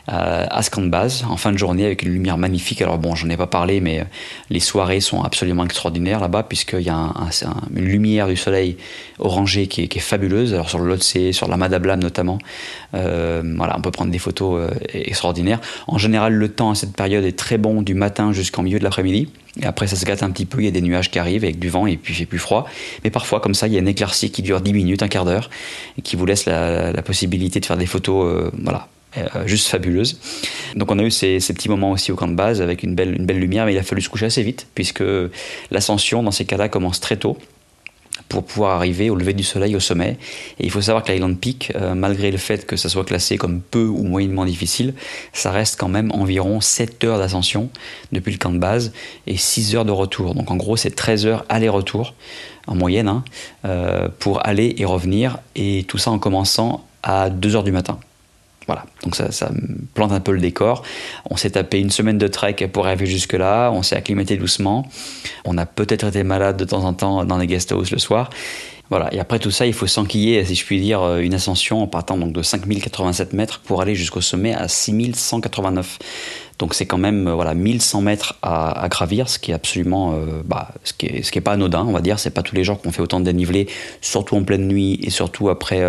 à ce camp de base, en fin de journée, avec une lumière magnifique. Alors bon, j'en ai pas parlé, mais les soirées sont absolument extraordinaires là-bas, puisqu'il y a une lumière du soleil orangé qui est fabuleuse. Alors sur le Lhotse, sur la Madablam notamment, voilà, on peut prendre des photos extraordinaires. En général, le temps à cette période est très bon, du matin jusqu'en milieu de l'après-midi. Et après, ça se gâte un petit peu, il y a des nuages qui arrivent avec du vent et puis il fait plus froid. Mais parfois, comme ça, il y a une éclaircie qui dure 10 minutes, un quart d'heure, et qui vous laisse la possibilité de faire des photos, juste fabuleuses. Donc on a eu ces petits moments aussi au camp de base avec une belle lumière, mais il a fallu se coucher assez vite, puisque l'ascension, dans ces cas-là, commence très tôt, pour pouvoir arriver au lever du soleil au sommet. Et il faut savoir que l'Highland Peak, malgré le fait que ça soit classé comme peu ou moyennement difficile, ça reste quand même environ 7 heures d'ascension depuis le camp de base et 6 heures de retour. Donc en gros, c'est 13 heures aller-retour en moyenne, pour aller et revenir, et tout ça en commençant à 2 heures du matin. Voilà, donc ça plante un peu le décor. On s'est tapé une semaine de trek pour arriver jusque-là, on s'est acclimaté doucement. On a peut-être été malade de temps en temps dans les guest houses le soir. Voilà, et après tout ça, il faut s'enquiller, si je puis dire, une ascension en partant donc de 5087 mètres pour aller jusqu'au sommet à 6189. Donc c'est quand même 1100 mètres à gravir, ce qui est absolument, ce qui est pas anodin, on va dire. C'est pas tous les jours qu'on fait autant de dénivelé, surtout en pleine nuit et surtout après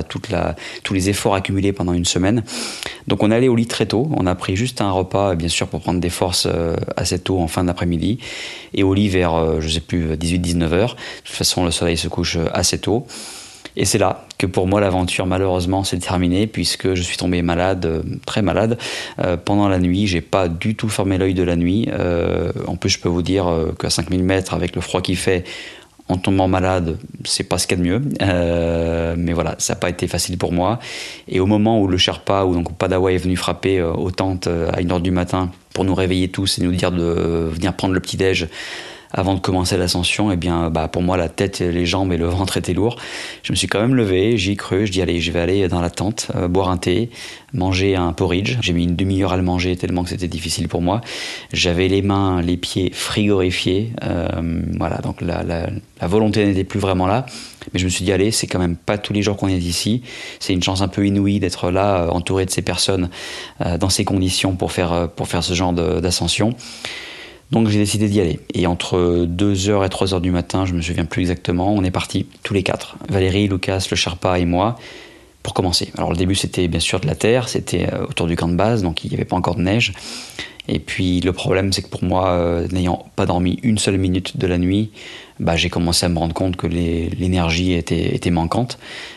tous les efforts accumulés pendant une semaine. Donc on est allé au lit très tôt. On a pris juste un repas, bien sûr, pour prendre des forces assez tôt en fin d'après-midi, et au lit vers 18-19 heures. De toute façon, le soleil se couche assez tôt. Et c'est là que pour moi l'aventure malheureusement s'est terminée, puisque je suis tombé malade, très malade, pendant la nuit. J'ai pas du tout fermé l'œil de la nuit. En plus, je peux vous dire qu'à 5000 mètres, avec le froid qu'il fait, en tombant malade, c'est pas ce qu'il y a de mieux. Mais voilà, ça n'a pas été facile pour moi. Et au moment où le Sherpa, ou donc Padawa, est venu frapper aux tentes à 1h du matin pour nous réveiller tous et nous dire de venir prendre le petit-déj avant de commencer l'ascension, pour moi, la tête, les jambes et le ventre étaient lourds. Je me suis quand même levé, j'y ai cru, je dis allez, je vais aller dans la tente, boire un thé, manger un porridge. J'ai mis une demi-heure à le manger tellement que c'était difficile pour moi. J'avais les mains, les pieds frigorifiés. Donc la volonté n'était plus vraiment là. Mais je me suis dit allez, c'est quand même pas tous les jours qu'on est ici. C'est une chance un peu inouïe d'être là, entouré de ces personnes, dans ces conditions pour faire ce genre d'ascension. Donc j'ai décidé d'y aller. Et entre 2h et 3h du matin, je me souviens plus exactement, on est partis, tous les quatre. Valérie, Lucas, le Sherpa et moi, pour commencer. Alors le début, c'était bien sûr de la terre, c'était autour du camp de base, donc il n'y avait pas encore de neige. Et puis le problème, c'est que pour moi, n'ayant pas dormi une seule minute de la nuit, j'ai commencé à me rendre compte que l'énergie était manquante.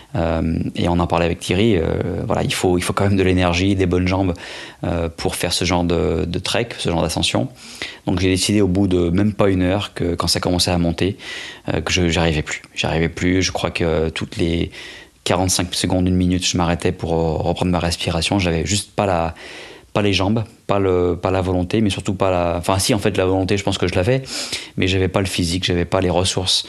Et on en parlait avec Thierry, il faut quand même de l'énergie, des bonnes jambes pour faire ce genre de trek, ce genre d'ascension. Donc j'ai décidé au bout de même pas une heure, que quand ça commençait à monter, que j'arrivais plus. Je crois que toutes les 45 secondes, une minute, je m'arrêtais pour reprendre ma respiration. J'avais juste pas les jambes, pas la volonté, mais surtout pas la... Enfin si, en fait, la volonté, je pense que je l'avais, mais j'avais pas le physique, j'avais pas les ressources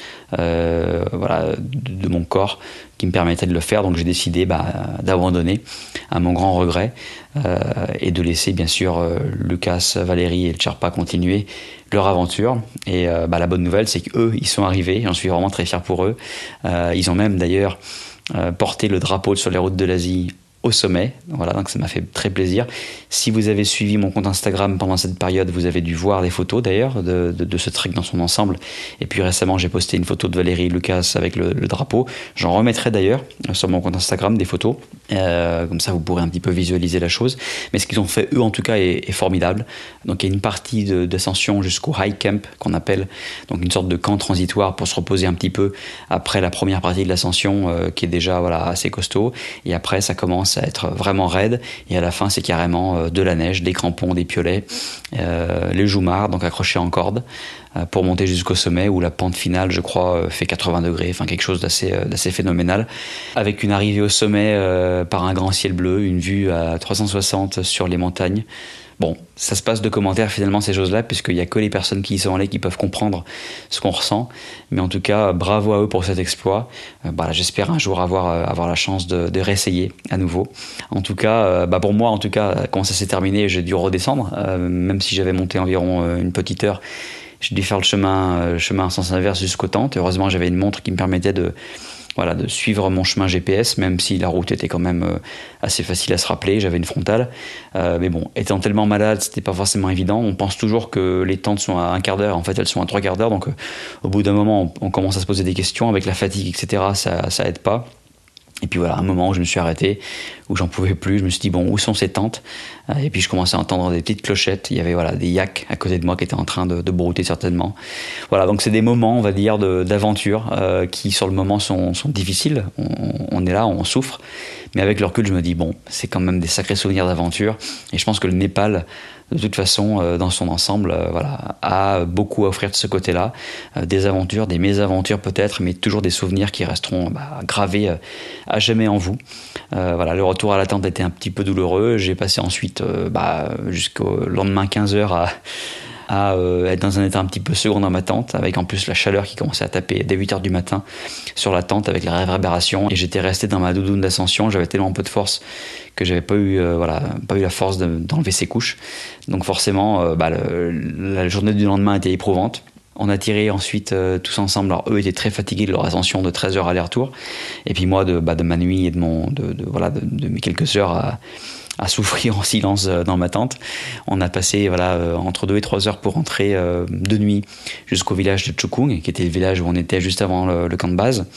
de mon corps qui me permettaient de le faire. Donc j'ai décidé d'abandonner, à mon grand regret, et de laisser bien sûr Lucas, Valérie et le Sherpa continuer leur aventure. Et la bonne nouvelle, c'est qu'eux, ils sont arrivés, j'en suis vraiment très fier pour eux. Ils ont même d'ailleurs porté le drapeau sur les routes de l'Asie au sommet. Voilà, donc ça m'a fait très plaisir. Si vous avez suivi mon compte Instagram pendant cette période, vous avez dû voir des photos d'ailleurs de ce trek dans son ensemble. Et puis récemment, j'ai posté une photo de Valérie et Lucas avec le drapeau. J'en remettrai d'ailleurs sur mon compte Instagram des photos. Comme ça, vous pourrez un petit peu visualiser la chose. Mais ce qu'ils ont fait, eux, en tout cas, est formidable. Donc il y a une partie d'ascension jusqu'au high camp qu'on appelle, donc une sorte de camp transitoire pour se reposer un petit peu après la première partie de l'ascension qui est déjà assez costaud. Et après, ça commence à être vraiment raide, et à la fin c'est carrément de la neige, des crampons, des piolets, les joumards donc accrochés en corde pour monter jusqu'au sommet où la pente finale, je crois, fait 80 degrés, enfin quelque chose d'assez phénoménal, avec une arrivée au sommet par un grand ciel bleu, une vue à 360 sur les montagnes. Bon, ça se passe de commentaires finalement ces choses-là, puisqu'il n'y a que les personnes qui y sont allées qui peuvent comprendre ce qu'on ressent. Mais en tout cas, bravo à eux pour cet exploit. J'espère un jour avoir la chance de réessayer à nouveau. En tout cas, pour moi, en tout cas, quand ça s'est terminé, j'ai dû redescendre. Même si j'avais monté environ une petite heure, J'ai dû faire le chemin en sens inverse jusqu'aux tentes. Heureusement, j'avais une montre qui me permettait de suivre mon chemin GPS, même si la route était quand même assez facile à se rappeler. J'avais une frontale. Mais bon, étant tellement malade, c'était pas forcément évident. On pense toujours que les tentes sont à un quart d'heure. En fait, elles sont à 3/4 d'heure. Donc, au bout d'un moment, on commence à se poser des questions. Avec la fatigue, etc., ça aide pas. Et puis voilà, un moment où je me suis arrêté, où j'en pouvais plus, je me suis dit bon, où sont ces tentes ? Et puis je commençais à entendre des petites clochettes, il y avait des yaks à côté de moi qui étaient en train de brouter certainement. Voilà, donc c'est des moments, on va dire, d'aventure qui sur le moment sont difficiles, on est là, on souffre, mais avec le recul je me dis bon, c'est quand même des sacrés souvenirs d'aventure, et je pense que le Népal, de toute façon, dans son ensemble, a beaucoup à offrir de ce côté-là. Des aventures, des mésaventures peut-être, mais toujours des souvenirs qui resteront gravés à jamais en vous. Le retour à la tente était un petit peu douloureux. J'ai passé ensuite jusqu'au lendemain 15h à être dans un état un petit peu second dans ma tente, avec en plus la chaleur qui commençait à taper dès 8h du matin sur la tente avec la réverbération, et j'étais resté dans ma doudoune d'ascension. J'avais tellement peu de force que j'avais pas eu la force d'enlever ses couches, donc forcément la journée du lendemain était éprouvante. On a tiré ensuite tous ensemble. Alors eux étaient très fatigués de leur ascension de 13 heures aller-retour, et puis moi de ma nuit et de mes quelques heures à souffrir en silence dans ma tente. On a passé entre 2 et 3 heures pour rentrer de nuit jusqu'au village de Chukung, qui était le village où on était juste avant le camp de base,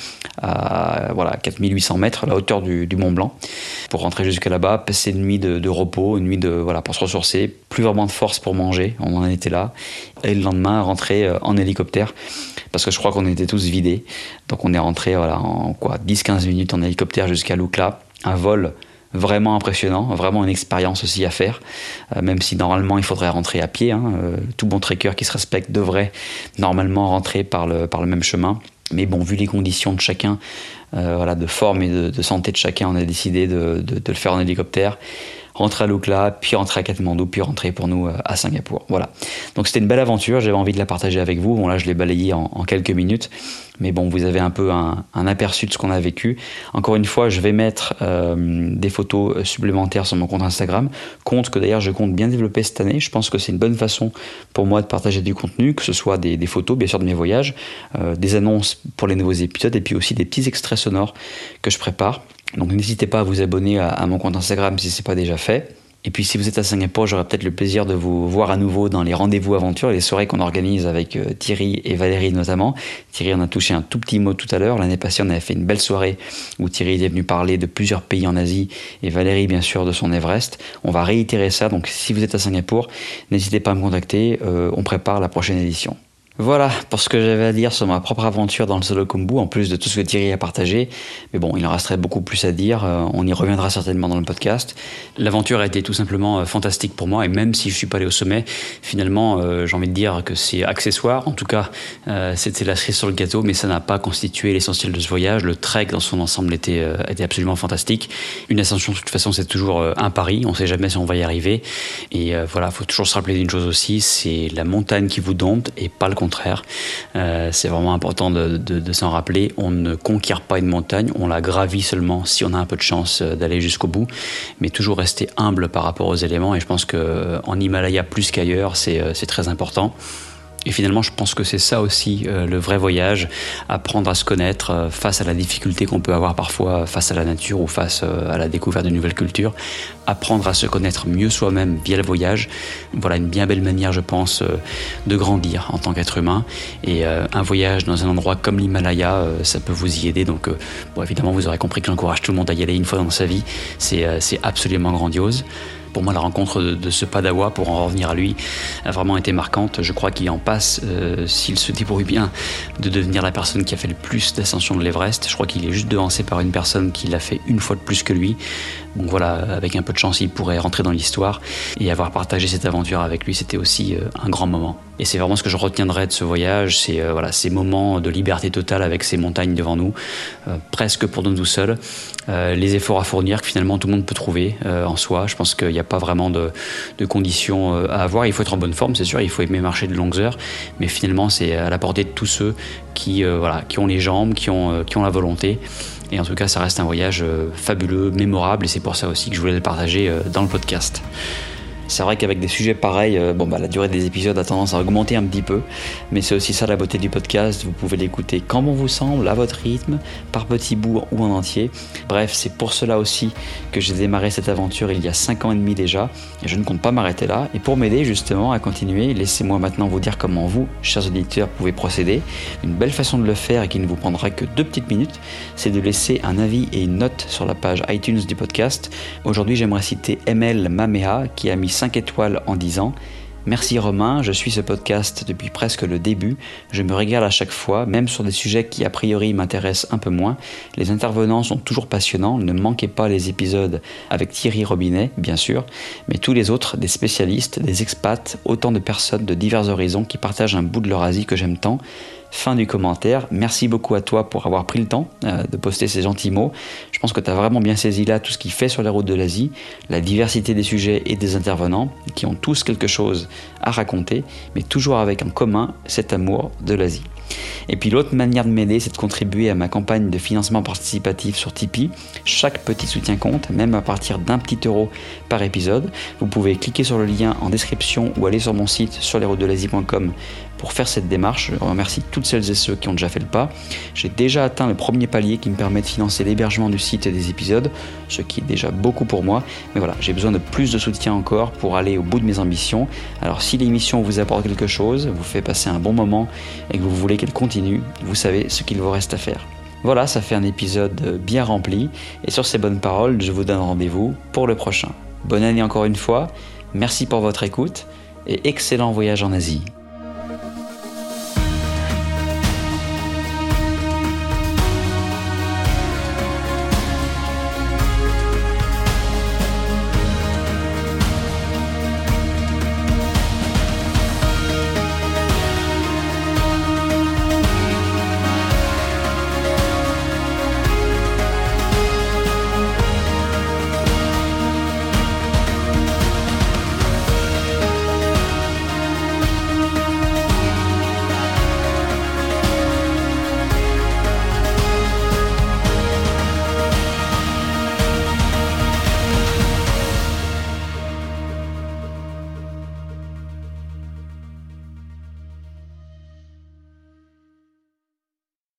à 4800 mètres, à la hauteur du Mont Blanc, pour rentrer jusqu'à là-bas, passer une nuit de repos, une nuit pour se ressourcer, plus vraiment de force pour manger, on en était là, et le lendemain rentrer en hélicoptère, parce que je crois qu'on était tous vidés, donc on est rentré en 10-15 minutes en hélicoptère jusqu'à Lukla, un vol vraiment impressionnant, vraiment une expérience aussi à faire, même si normalement il faudrait rentrer à pied, tout bon trekker qui se respecte devrait normalement rentrer par le même chemin, mais bon, vu les conditions de chacun, de forme et de santé de chacun, on a décidé de le faire en hélicoptère, rentrer à Lukla, puis rentrer à Katmandou, puis rentrer pour nous à Singapour. Voilà. Donc c'était une belle aventure, j'avais envie de la partager avec vous. Bon là je l'ai balayée en quelques minutes, mais bon, vous avez un peu un aperçu de ce qu'on a vécu. Encore une fois, je vais mettre des photos supplémentaires sur mon compte Instagram, compte que d'ailleurs je compte bien développer cette année. Je pense que c'est une bonne façon pour moi de partager du contenu, que ce soit des photos bien sûr de mes voyages, des annonces pour les nouveaux épisodes, et puis aussi des petits extraits sonores que je prépare. Donc n'hésitez pas à vous abonner à mon compte Instagram si ce n'est pas déjà fait. Et puis si vous êtes à Singapour, j'aurai peut-être le plaisir de vous voir à nouveau dans les rendez-vous aventures, les soirées qu'on organise avec Thierry et Valérie notamment. Thierry en a touché un tout petit mot tout à l'heure. L'année passée, on avait fait une belle soirée où Thierry est venu parler de plusieurs pays en Asie, et Valérie bien sûr de son Everest. On va réitérer ça, donc si vous êtes à Singapour, n'hésitez pas à me contacter, on prépare la prochaine édition. Voilà pour ce que j'avais à dire sur ma propre aventure dans le Solo Khumbu, en plus de tout ce que Thierry a partagé. Mais bon, il en resterait beaucoup plus à dire, on y reviendra certainement dans le podcast. L'aventure a été tout simplement fantastique pour moi, et même si je suis pas allé au sommet, finalement j'ai envie de dire que c'est accessoire. En tout cas, c'était la cerise sur le gâteau, mais ça n'a pas constitué l'essentiel de ce voyage. Le trek dans son ensemble était absolument fantastique. Une ascension, de toute façon, c'est toujours un pari, on sait jamais si on va y arriver. Et faut toujours se rappeler d'une chose aussi, c'est la montagne qui vous dompte et pas le contraire. C'est vraiment important de s'en rappeler. On ne conquiert pas une montagne, on la gravit seulement si on a un peu de chance d'aller jusqu'au bout, mais toujours rester humble par rapport aux éléments, et je pense qu'en Himalaya plus qu'ailleurs, c'est très important. Et finalement, je pense que c'est ça aussi le vrai voyage, apprendre à se connaître face à la difficulté qu'on peut avoir parfois face à la nature ou face à la découverte de nouvelles cultures. Apprendre à se connaître mieux soi-même via le voyage. Voilà une bien belle manière, je pense, de grandir en tant qu'être humain. Et un voyage dans un endroit comme l'Himalaya, ça peut vous y aider. Donc, évidemment, vous aurez compris que j'encourage tout le monde à y aller une fois dans sa vie. C'est absolument grandiose. Pour moi, la rencontre de ce Padawa, pour en revenir à lui, a vraiment été marquante. Je crois qu'il en passe, s'il se débrouille bien, de devenir la personne qui a fait le plus d'ascension de l'Everest. Je crois qu'il est juste devancé par une personne qui l'a fait une fois de plus que lui. Donc voilà, avec un peu de chance, il pourrait rentrer dans l'histoire. Et avoir partagé cette aventure avec lui, c'était aussi un grand moment. Et c'est vraiment ce que je retiendrai de ce voyage, c'est ces moments de liberté totale avec ces montagnes devant nous, presque pour nous seuls. Les efforts à fournir que finalement tout le monde peut trouver en soi. Je pense qu'il n'y a pas vraiment de conditions à avoir. Il faut être en bonne forme, c'est sûr, il faut aimer marcher de longues heures, mais finalement c'est à la portée de tous ceux qui ont les jambes, qui ont la volonté. Et en tout cas, ça reste un voyage fabuleux, mémorable, et c'est pour ça aussi que je voulais le partager dans le podcast. C'est vrai qu'avec des sujets pareils, la durée des épisodes a tendance à augmenter un petit peu, mais c'est aussi ça la beauté du podcast, vous pouvez l'écouter quand bon vous semble, à votre rythme, par petits bouts ou en entier. Bref, c'est pour cela aussi que j'ai démarré cette aventure il y a 5 ans et demi déjà, et je ne compte pas m'arrêter là. Et pour m'aider justement à continuer, laissez-moi maintenant vous dire comment vous, chers auditeurs, pouvez procéder. Une belle façon de le faire et qui ne vous prendra que 2 petites minutes, c'est de laisser un avis et une note sur la page iTunes du podcast. Aujourd'hui, j'aimerais citer ML Mamea qui a mis 5 étoiles en disant « Merci Romain, je suis ce podcast depuis presque le début. Je me régale à chaque fois, même sur des sujets qui a priori m'intéressent un peu moins. Les intervenants sont toujours passionnants. Ne manquez pas les épisodes avec Thierry Robinet, bien sûr, mais tous les autres, des spécialistes, des expats, autant de personnes de divers horizons qui partagent un bout de leur Asie que j'aime tant. » Fin du commentaire. Merci beaucoup à toi pour avoir pris le temps de poster ces gentils mots. Je pense que tu as vraiment bien saisi là tout ce qui fait sur les routes de l'Asie, la diversité des sujets et des intervenants qui ont tous quelque chose à raconter, mais toujours avec en commun cet amour de l'Asie. Et puis l'autre manière de m'aider, c'est de contribuer à ma campagne de financement participatif sur Tipeee. Chaque petit soutien compte, même à partir d'1 petit euro par épisode. Vous pouvez cliquer sur le lien en description ou aller sur mon site surlesroutesdelasie.com pour faire cette démarche. Je remercie toutes celles et ceux qui ont déjà fait le pas. J'ai déjà atteint le premier palier qui me permet de financer l'hébergement du site et des épisodes, ce qui est déjà beaucoup pour moi. Mais voilà, j'ai besoin de plus de soutien encore pour aller au bout de mes ambitions. Alors si l'émission vous apporte quelque chose, vous fait passer un bon moment et que vous voulez qu'elle continue, vous savez ce qu'il vous reste à faire. Voilà, ça fait un épisode bien rempli. Et sur ces bonnes paroles, je vous donne rendez-vous pour le prochain. Bonne année encore une fois, merci pour votre écoute et excellent voyage en Asie.